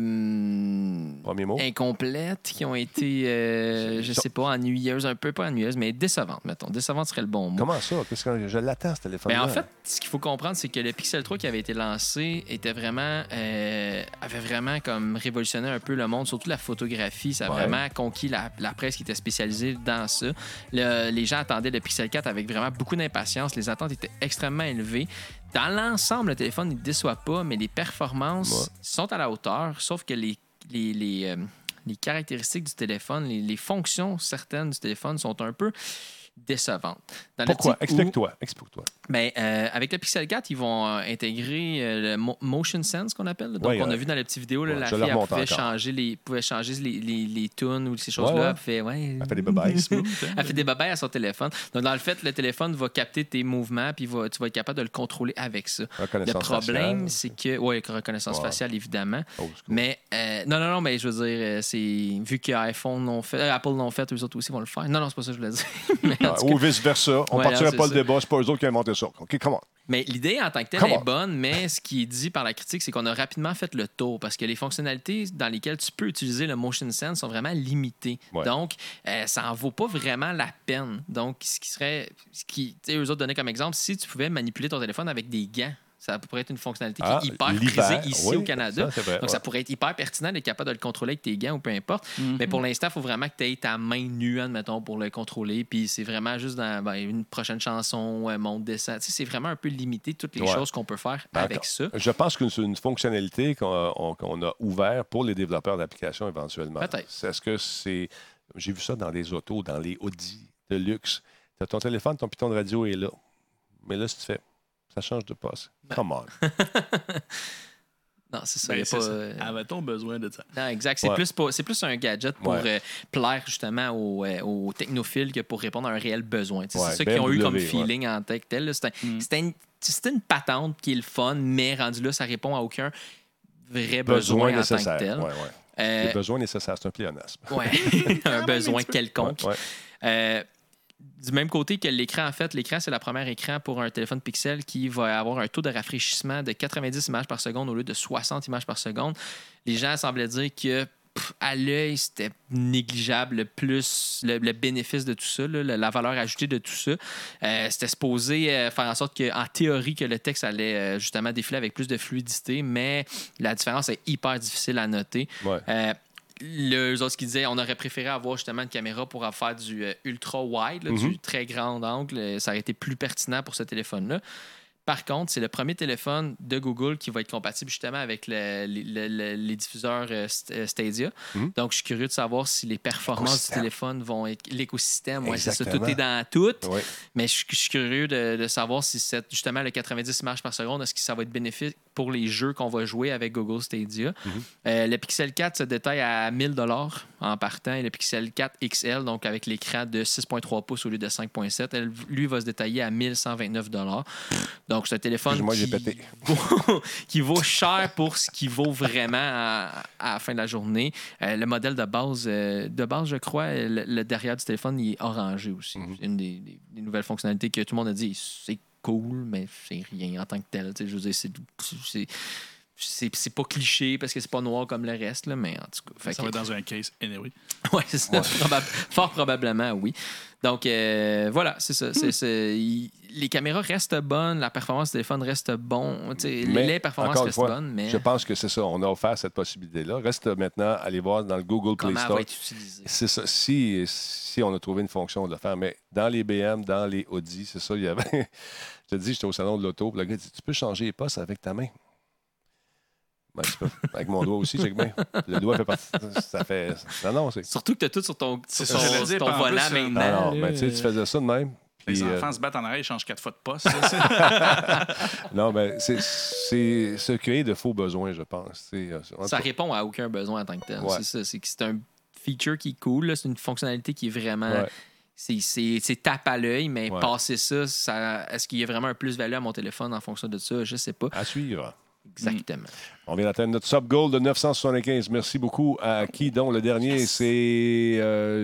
Premier mot. incomplètes, qui ont été, euh, je sais pas, ennuyeuses, un peu pas ennuyeuses, mais décevantes, mettons. Décevantes serait le bon mot. Comment ça? Qu'est-ce que je l'attends, ce téléphone-là? Ben, en fait, ce qu'il faut comprendre, c'est que le Pixel trois qui avait été lancé était vraiment, euh, avait vraiment comme révolutionné un peu le monde, surtout la photographie. Ça a Ouais. vraiment conquis la, la presse qui était spécialisée dans ça. Le- les gens attendaient le Pixel quatre avec vraiment beaucoup d'impatience. Les attentes étaient extrêmement élevées. Dans l'ensemble, le téléphone ne déçoit pas, mais les performances Ouais. sont à la hauteur, sauf que les, les, les, euh, les caractéristiques du téléphone, les, les fonctions certaines du téléphone sont un peu décevantes. Dans Pourquoi? l'optique où- Explique-toi. Explique-toi. Ben, euh, avec le Pixel quatre, ils vont euh, intégrer euh, le mo- Motion Sense qu'on appelle. là. Donc, Ouais, on a ouais. vu dans la petite vidéo, là, Ouais, la je fille le elle remonte pouvait, encore. changer les, pouvait changer les, les, les tunes ou ces choses-là. Ouais, ouais. Elle fait, ouais, Elle fait des babayes. elle fait des babayes à son téléphone. Donc, dans le fait, le téléphone va capter tes mouvements puis va, tu vas être capable de le contrôler avec ça. Le Reconnaissance problème, faciale. c'est que... Oui, reconnaissance Ouais. faciale, évidemment. Old school. Mais, euh, non, non, non, mais je veux dire, euh, c'est... Vu que iPhone l'ont fait, euh, Apple l'ont fait, eux autres aussi vont le faire. Non, non, c'est pas ça que je voulais dire. Mais, en Ah, tout cas, ou vice-versa. On Ouais, partirait non, pas c'est le ça. débat. C'est pas eux autres qui ont inventé ça. OK, comment? Mais l'idée en tant que telle Come est on. bonne, mais ce qui est dit par la critique, c'est qu'on a rapidement fait le tour parce que les fonctionnalités dans lesquelles tu peux utiliser le Motion Sense sont vraiment limitées. Ouais. Donc, euh, ça en vaut pas vraiment la peine. Donc, ce qui serait... Ce qui, tu sais, eux autres donnaient comme exemple, si tu pouvais manipuler ton téléphone avec des gants, ça pourrait être une fonctionnalité qui Ah, est hyper l'hiver, prisée ici oui, au Canada. ça, c'est vrai, Donc, ouais. ça pourrait être hyper pertinent d'être capable de le contrôler avec tes gants ou peu importe. Mais pour l'instant, il faut vraiment que tu aies ta main nue, admettons, pour le contrôler. Puis c'est vraiment juste dans ben, une prochaine chanson, euh, monte, descend. Tu sais, c'est vraiment un peu limité toutes les Ouais. choses qu'on peut faire D'accord. avec ça. Je pense que c'est une fonctionnalité qu'on on- qu'on a ouverte pour les développeurs d'applications éventuellement. Peut-être. C'est- Est-ce que c'est... J'ai vu ça dans les autos, dans les Audi de luxe. Tu as ton téléphone, ton piton de radio est là. Mais là, si tu fais, ça change de poste. Come on. Non, c'est ça. Ben, y a c'est pas, ça. euh, Avait-on besoin de ça? Non, exact. C'est Ouais. plus, pas- c'est plus un gadget pour Ouais. euh, plaire justement aux, euh, aux technophiles que pour répondre à un réel besoin. Tu sais, Ouais, c'est ça qu'ils ont eu B M comme W, feeling en tant que tel. là. C'était Mm. c'était une, c'était une patente qui est le fun, mais rendu là, ça répond à aucun vrai Besoin besoin, en tant nécessaire. que tel. Ouais, ouais. Euh, Les besoins nécessaires, c'est un pléonasme. ouais. un besoin quelconque. Ouais, ouais. Euh, du même côté que l'écran, en fait, l'écran, c'est le premier écran pour un téléphone Pixel qui va avoir un taux de rafraîchissement de quatre-vingt-dix images par seconde au lieu de soixante images par seconde. Les gens semblaient dire que pff, à l'œil, c'était négligeable le plus le, le bénéfice de tout ça, là, la, la valeur ajoutée de tout ça. Euh, c'était supposé euh, faire en sorte que, en théorie, que le texte allait euh, justement défiler avec plus de fluidité, mais la différence est hyper difficile à noter. Ouais. Euh, le, eux autres qui disaient on aurait préféré avoir justement une caméra pour faire du euh, ultra wide, là, Mhm. du très grand angle. Euh, Ça aurait été plus pertinent pour ce téléphone-là. Par contre, c'est le premier téléphone de Google qui va être compatible justement avec le- le- le- le- les diffuseurs euh, St- euh, Stadia. Mhm. Donc, je suis curieux de savoir si les performances du L'écosystème. téléphone vont être. L'écosystème, ouais, c'est ça. Exactement. Tout est dans tout. Ouais. Mais je, je suis curieux de, de savoir si cette, justement le quatre-vingt-dix images par seconde, est-ce que ça va être bénéfique pour les jeux qu'on va jouer avec Google Stadia. Mhm. Euh, le Pixel quatre se détaille à mille dollars en partant et le Pixel quatre X L, donc avec l'écran de six virgule trois pouces au lieu de cinq virgule sept, elle, lui va se détailler à mille cent vingt-neuf dollars. Donc c'est un téléphone Moi, j'ai qui, pété. vaut, qui vaut cher pour ce qu'il vaut vraiment à, à la fin de la journée. Euh, le modèle de base, euh, de base, je crois, le, le derrière du téléphone, il est orangé aussi. Mhm. C'est une des, des- des nouvelles fonctionnalités que tout le monde a dit, c'est cool, mais c'est rien en tant que tel. Tu sais, je veux dire, c'est, c'est, c'est, c'est pas cliché parce que c'est pas noir comme le reste, là, mais en tout cas. Fait Ça que- va être dans un case, anyway. oui, c'est ça. Probab- fort probablement, oui. Donc, euh, voilà, c'est ça. C'est, c'est- il- les caméras restent bonnes, la performance du téléphone reste bonne, Mais, les performances encore une restent fois, bonnes, mais je pense que c'est ça. On a offert cette possibilité-là. Reste maintenant, allez voir dans le Google Play comment elle Store. va être utilisée? C'est ça. Si, si on a trouvé une fonction de le faire, mais dans les B M, dans les Audi, c'est ça, il y avait. Je te dis, j'étais au salon de l'auto, puis le gars dit, tu peux changer les postes avec ta main. Ben, tu peux. Avec mon doigt aussi, check bien. Le doigt fait partie. Ça fait. Non, non, c'est. Surtout que tu as tout sur ton, sur ça, ton, j'allais sur dire, ton puis en volant plus, euh, maintenant. Non, non, là. ben, tu sais, tu faisais ça de même. Les puis, enfants euh, se battent en arrière, ils changent quatre fois de poste. Ça, c'est- non, mais c'est, c'est se créer de faux besoins, je pense. C'est, euh, en tout Ça cas, répond à aucun besoin en tant que tel. Ouais. C'est ça. C'est que c'est un feature qui est cool. là. C'est une fonctionnalité qui est vraiment. ouais. C'est, c'est, c'est tape à l'œil, mais Ouais. passer ça, ça, est-ce qu'il y a vraiment un plus-value à mon téléphone en fonction de ça? Je sais pas. À suivre. Exactement. On vient d'atteindre notre sub-goal de neuf cent soixante-quinze. Merci beaucoup à qui, dont le dernier, c'est euh,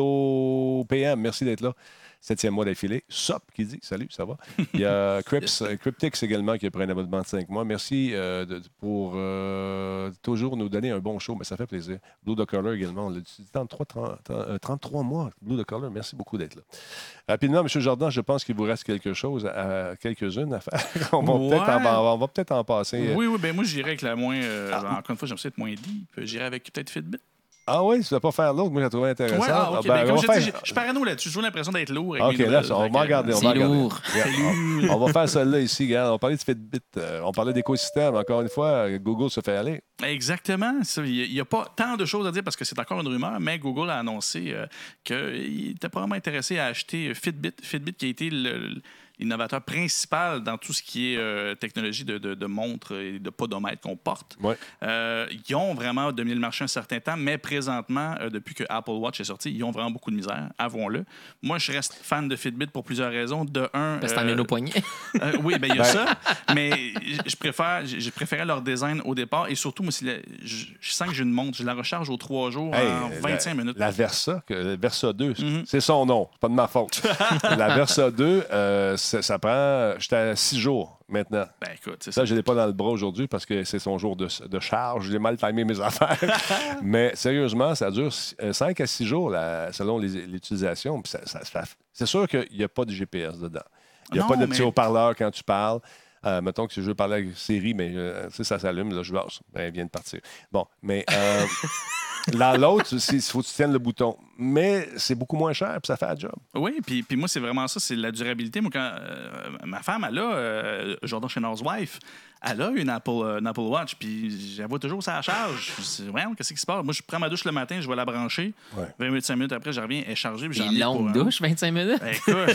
Sudo P M. Merci d'être là. Septième mois d'affilée. Sop qui dit salut, ça va. Il y a Crips, euh, Cryptix également qui a pris un abonnement de cinq mois. Merci euh, de- pour euh, toujours nous donner un bon show, mais ça fait plaisir. Blue the Color également. On l'a dit trente-trois, trente, euh, trente-trois mois. Blue the Color, merci beaucoup d'être là. Rapidement, M. Jordan, je pense qu'il vous reste quelque chose, à, quelques-unes à faire. on, va Ouais. peut-être en, on va peut-être en passer. Oui, oui, ben moi, j'irais avec la moins. euh, Encore une fois, j'aime ça être moins deep. J'irais avec peut-être Fitbit. Ah oui, tu ne vas pas faire l'autre. Moi, j'ai trouvé intéressant. Ouais, ah, ok. ben, Ben, on comme va je faire- dis, je je suis parano là-dessus. J'ai l'impression d'être lourd. avec OK, mes là, nouvelles. ça, on Fait va que, regarder. On C'est va regarder. lourd. Regarde, on, on va faire celle-là ici. Regarde, on parlait de Fitbit. euh, on parlait d'écosystème. Encore une fois, Google se fait aller. Exactement. Ça, Il n'y a pas tant de choses à dire parce que c'est encore une rumeur, mais Google a annoncé euh, qu'il était probablement intéressé à acheter Fitbit. Fitbit qui a été le- l'innovateur principal dans tout ce qui est euh, technologie de, de, de montres et de podomètres qu'on porte. Ouais. Euh, ils ont vraiment dominé le marché un certain temps, mais présentement, euh, depuis que Apple Watch est sorti, ils ont vraiment beaucoup de misère, avouons-le. Moi, je reste fan de Fitbit pour plusieurs raisons. De un... Parce que t'en as euh, nos poignets. euh, oui, ben il y a Ben- ça, mais je préfère, j'ai préféré leur design au départ et surtout, moi, c'est la- je, je sens que j'ai une montre, je la recharge aux trois jours Hey, en vingt-cinq la, minutes. La Versa, que, le Versa deux, Mhm. c'est son nom. C'est pas de ma faute. La Versa deux, euh, ça, ça prend... J'étais à six jours maintenant. Ben écoute, c'est Ça, ça. je ne l'ai pas dans le bras aujourd'hui parce que c'est son jour de, de charge. J'ai mal timé mes affaires. Mais sérieusement, ça dure cinq à six jours là, selon les- l'utilisation. Puis ça- ça- ça- c'est sûr qu'il n'y a pas de G P S dedans. Il n'y a Non, pas de mais- petit haut-parleur quand tu parles. Euh, mettons que si je veux parler avec Siri, mais euh, tu sais, ça s'allume, là, je lâche. Ben, elle vient de partir. Bon, mais euh, dans l'autre, il faut que tu tiennes le bouton. Mais c'est beaucoup moins cher, puis ça fait la job. Oui, puis, puis moi, c'est vraiment ça, c'est la durabilité. Moi, quand euh, ma femme, elle a, euh, Jordan Chenard's wife, elle a une Apple, euh, une Apple Watch, puis j'avoue toujours ça charge. Je dis, ouais, qu'est-ce qui se passe? Moi, je prends ma douche le matin, je vais la brancher. Ouais. vingt minutes, cinq minutes après, je reviens, elle est chargée. puis j'en Des ai pour longues un- douches, vingt-cinq minutes. Ben, écoute,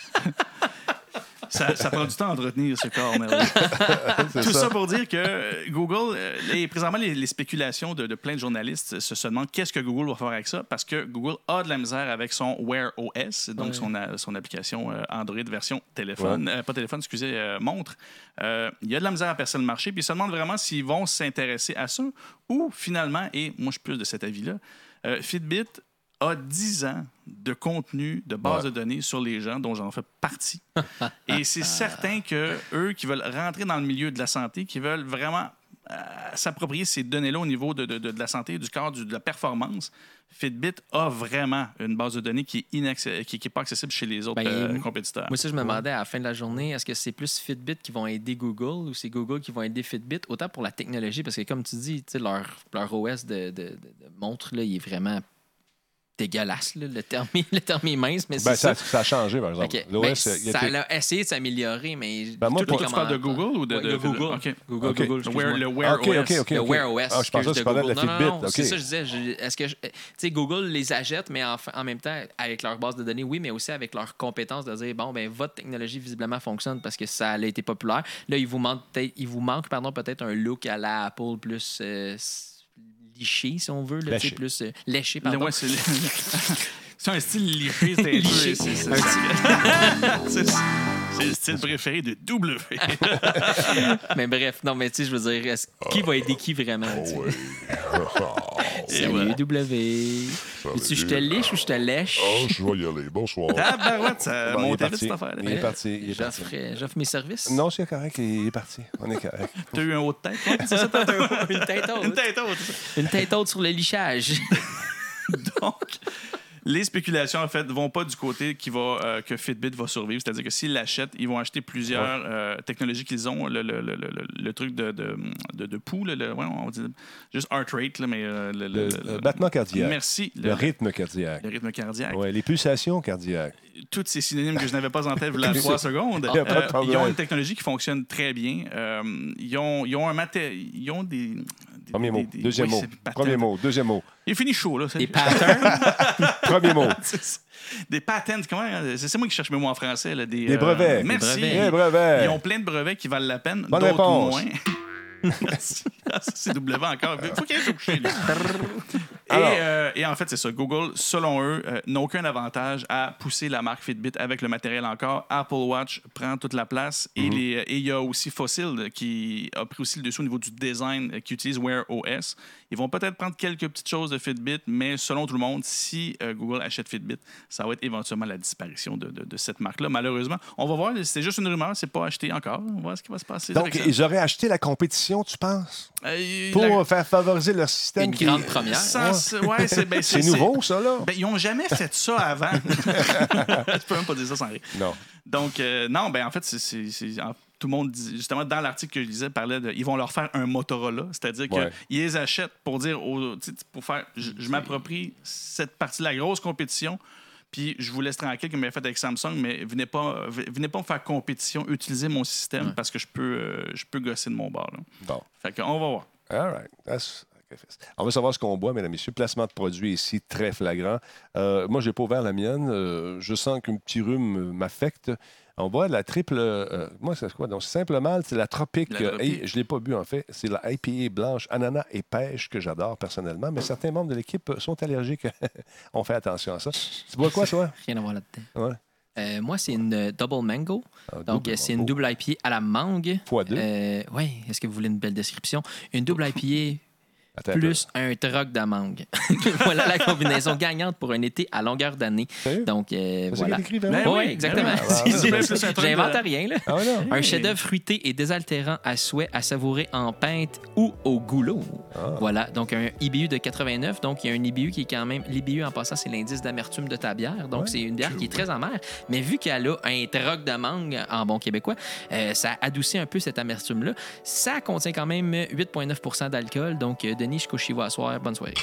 ça, ça prend du temps à entretenir ce corps merveilleux. C'est Tout ça. ça pour dire que Google, euh, les- présentement, les, les spéculations de, de plein de journalistes se, se demandent qu'est-ce que Google va faire avec ça, parce que Google a de la misère avec son Wear O S, donc Ouais. son, a- son application euh, Android version téléphone, euh, pas téléphone, excusez, euh, montre. Euh, il y a de la misère à percer le marché, puis ils se demandent vraiment s'ils vont s'intéresser à ça, ou finalement, et moi je suis plus de cet avis-là, euh, Fitbit a dix ans de contenu, de base Ouais. de données sur les gens, dont j'en fais partie. Et c'est certain que eux qui veulent rentrer dans le milieu de la santé, qui veulent vraiment euh, s'approprier ces données-là au niveau de, de, de, de la santé, du corps, du- de la performance, Fitbit a vraiment une base de données qui est inaccès- qui n'est pas accessible chez les autres Ben, euh, moi- compétiteurs. Moi aussi, je me demandais à la fin de la journée, est-ce que c'est plus Fitbit qui vont aider Google ou c'est Google qui vont aider Fitbit? Autant pour la technologie, parce que comme tu dis, tu sais, leur, leur O S de, de, de- de montre, là, il est vraiment dégueulasse. Là. Le, terme, est- le terme est mince, mais Ben, c'est ça, ça. ça a changé, par exemple. Ok. L'O S, Ben, il ça était- a essayé de s'améliorer, mais Ben, moi, toutes pour- les Tu parles de commentaires- Google ou de... Ouais, de- de Google. OK. Google, OK. Google, Le Wear, excuse-moi. le Wear OK, O S. OK, OK. Le Wear O S. Ah, je pensais que tu parlais de la Non, non, Fitbit. non, OK. c'est ça que je disais. Je- Est-ce que, je- tu sais, Google les achète, mais en, en même temps, avec leur base de données, oui, mais aussi avec leurs compétences de dire, bon, ben votre technologie visiblement fonctionne parce que ça a été populaire. Là, il vous manque peut-être, il vous manque, pardon, peut-être un look à la Apple plus euh, liché, si on veut, là, tu sais, Léché. plus euh, léché, Le- pardon. ouais, c'est c'est un style liché, c'est un peu- Liché. c'est- c'est- Un c'est- c'est le style préféré de W. Mais bref, non, mais tu sais, je veux dire, est-ce- qui va aider qui vraiment? tu sais? Et Salut, voilà. W. Veux-tu que je te liche ou je te lèche? Oh, je vais y aller. Bonsoir. Tabarouette, ça Bon, il est montait vite parti. cette affaire. Il est parti. Il est parti. J'offre j'offre mes services. Non, c'est correct. Il est parti. On est correct. T'as eu un haut de tête, toi? C'est ça, t'as Une tête haute. une tête haute. Une tête haute sur le lichage. Donc, Les spéculations, en fait, vont pas du côté qui va, euh, que Fitbit va survivre. C'est-à-dire que s'ils l'achètent, ils vont acheter plusieurs ouais. euh, technologies qu'ils ont. Le, le, le, le, le truc de, de, de, de pouls, le, ouais, on dit juste heart rate, là, mais... Euh, le, le, le, le battement cardiaque. Merci. Le, le rythme cardiaque. Le rythme cardiaque. Oui, les pulsations cardiaques. Tous ces synonymes que je n'avais pas en tête il y a trois secondes. Il y a pas de euh, ils ont une technologie qui fonctionne très bien. Euh, ils, ont, ils ont un matériel... Ils ont des... des Premier mot. Des, des, deuxième oui, mot. Premier mot. Deuxième mot. Il est fini chaud, là. Des patterns. Premier mot. Des patents. Comment? C'est, c'est moi qui cherche mes mots en français. Là. Des, des brevets. Euh, merci. Des brevets. Des brevets. Ils ont plein de brevets qui valent la peine. Bonne d'autres réponse. moins. Merci. Ah, ça, c'est W encore. Il faut qu'il aille se coucher. Là. Et, Alors, euh, et en fait, c'est ça. Google, selon eux, euh, n'a aucun avantage à pousser la marque Fitbit avec le matériel encore. Apple Watch prend toute la place. Mm-hmm. Et les, et il y a aussi Fossil qui a pris aussi le dessus au niveau du design euh, qui utilise Wear O S. Ils vont peut-être prendre quelques petites choses de Fitbit, mais selon tout le monde, si euh, Google achète Fitbit, ça va être éventuellement la disparition de, de, de cette marque-là. Malheureusement, on va voir. C'est juste une rumeur. C'est pas acheté encore. On va voir ce qui va se passer. Donc, ils auraient acheté la compétition, tu penses? Euh, Pour la... faire favoriser leur système. Une qui... grande première. Sans... Ouais, c'est, ben, c'est, c'est nouveau, ça, là? Ben, ils n'ont jamais fait ça avant. Je peux même pas dire ça sans rire. Non. Donc, euh, non, ben en fait, c'est, c'est, c'est, tout le monde dit, justement, dans l'article que je lisais, parlait de, ils vont leur faire un Motorola, c'est-à-dire ouais. qu'ils les achètent pour dire, aux, pour faire, je, je m'approprie cette partie de la grosse compétition, puis je vous laisse tranquille, comme il a fait avec Samsung, mais venez pas, venez pas me faire compétition, utilisez mon système ouais. parce que je peux, euh, je peux gosser de mon bord. Là. Bon. Fait qu'on va voir. All right. That's... On va savoir ce qu'on boit, mesdames et messieurs. Placement de produits ici, très flagrant. Euh, moi, je n'ai pas ouvert la mienne. Euh, je sens qu'un petit rhume m'affecte. On boit la triple... Euh, moi, c'est quoi? Donc, simplement, c'est la Tropique. La tropique. Euh, je ne l'ai pas bu, en fait. C'est la I P A blanche, ananas et pêche que j'adore personnellement. Mais certains membres de l'équipe sont allergiques. On fait attention à ça. Tu bois quoi, toi? Rien à voir là-dedans. Ouais. Euh, moi, c'est une double mango. Ah, Donc, double c'est mango. une double I P A à la mangue. Fois deux. Euh, oui. Est-ce que vous voulez une belle description? Une double I P A... Attends, plus un troc de mangue. Voilà la combinaison gagnante pour un été à longueur d'année. Sérieux? Donc, euh, voilà. Écrit, ben oui, oui, exactement. Ben oui. ben oui. J'invente rien. Là. Ah, ouais, un chef-d'œuvre fruité et désaltérant à souhait à savourer en pinte ou au goulot. Ah. Voilà. Donc, un I B U de quatre-vingt-neuf. Donc, il y a un I B U qui est quand même... L'I B U, en passant, c'est l'indice d'amertume de ta bière. Donc, ouais. c'est une bière cool. qui est très amère. Mais vu qu'elle a un troc de mangue en bon québécois, euh, ça adoucit un peu cette amertume-là. Ça contient quand même huit virgule neuf pour cent d'alcool. Donc, euh, Denis, je couche chez vous à soir. Bonne soirée.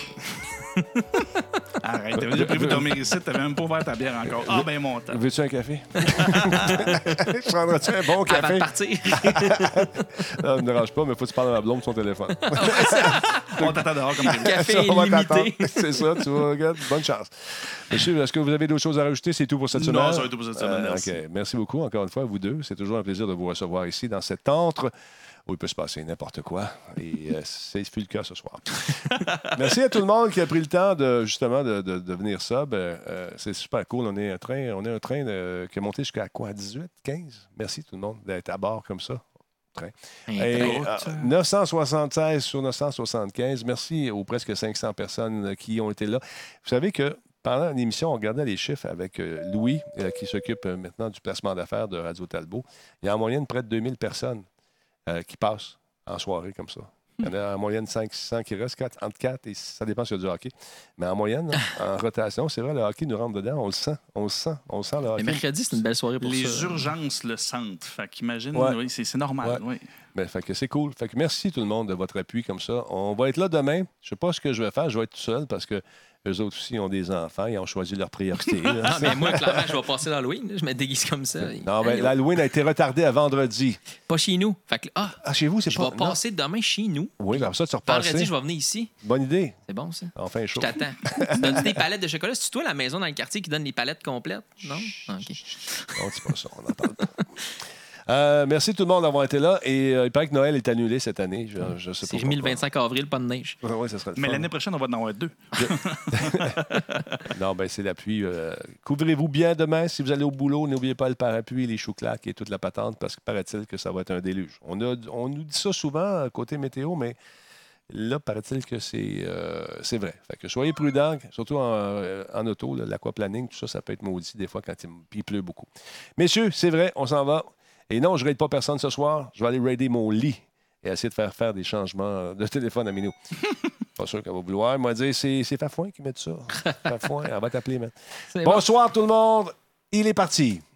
Arrête, t'avais déjà prévu de dormir ici, t'avais même pas ouvert ta bière encore. Ah, ben mon temps. Veux-tu un café? Prendras-tu un bon café? Avant de partir. Non, ne me dérange pas, mais faut que tu parles à ma blonde de son téléphone. On t'attend dehors comme prévu. Café illimité. C'est ça, tu vois, regarde, bonne chance. Monsieur, est-ce que vous avez d'autres choses à rajouter? C'est tout pour cette semaine? Non, ça va être tout pour cette semaine, euh, merci. Okay. Merci beaucoup, encore une fois, à vous deux. C'est toujours un plaisir de vous recevoir ici, dans cet antre où il peut se passer n'importe quoi. Et euh, c'est fut le cas ce soir. Merci à tout le monde qui a pris le temps de justement de, de, de venir sub. Euh, c'est super cool. On est un train, on est un train de, qui est monté jusqu'à quoi? dix-huit, quinze? Merci tout le monde d'être à bord comme ça. Train. Et, euh, neuf cent soixante-seize sur neuf cent soixante-quinze. Merci aux presque cinq cents personnes qui ont été là. Vous savez que pendant l'émission, on regardait les chiffres avec euh, Louis, euh, qui s'occupe euh, maintenant du placement d'affaires de Radio Talbot. Il y a en moyenne près de deux mille personnes euh, qui passent en soirée comme ça. Il y en a en moyenne cinq cents qui restent, quatre, entre quatre et ça dépend s'il y a du hockey. Mais en moyenne, en rotation, c'est vrai, le hockey nous rentre dedans. On le sent, on le sent, on le sent, le hockey. Mais mercredi, c'est une belle soirée pour les ça. Les urgences le sentent. Fait qu'imagine, ouais. oui, c'est, c'est normal. Ouais. Oui. Ben, fait que c'est cool. Fait que merci tout le monde de votre appui comme ça. On va être là demain. Je sais pas ce que je vais faire. Je vais être tout seul parce que eux autres aussi ont des enfants. Ils ont choisi leur priorité. Non, mais moi, clairement, je vais passer l'Halloween. Je me déguise comme ça. Non, ben, l'Halloween a été retardé à vendredi. Pas chez nous. Fait que, ah, ah, chez vous, c'est je pas... Je vais passer demain chez nous. Oui, comme ça, tu repasses. Vendredi, je vais venir ici. Bonne idée. C'est bon, ça. Enfin, chaud. Je t'attends. Tu donnes des palettes de chocolat. C'est toi la maison dans le quartier qui donne les palettes complètes? Non? Ah, OK. Non, c'est pas ça. On n'en parle pas. Euh, merci tout le monde d'avoir été là. Et euh, il paraît que Noël est annulé cette année. Je, je sais c'est pas remis le vingt-cinq avril, pas de neige. Ouais, ouais, ça serait le Mais fun. l'année prochaine, on va en avoir deux. Non, ben c'est la pluie. Euh, couvrez-vous bien demain. Si vous allez au boulot, n'oubliez pas le parapluie, les chouclacs et toute la patente parce que paraît-il que ça va être un déluge. On, a, on nous dit ça souvent côté météo, mais là, paraît-il que c'est, euh, c'est vrai. Fait que soyez prudents, surtout en, en auto, là, l'aquaplaning, tout ça, ça peut être maudit des fois quand il, il pleut beaucoup. Messieurs, c'est vrai, on s'en va. Et non, je ne raide pas personne ce soir. Je vais aller raider mon lit et essayer de faire faire des changements de téléphone à Minou. Pas sûr qu'elle va vouloir. Elle m'a dit, c'est, c'est Fafouin qui met ça. Fafouin, elle va t'appeler, man. C'est bon. Bonsoir tout le monde. Il est parti.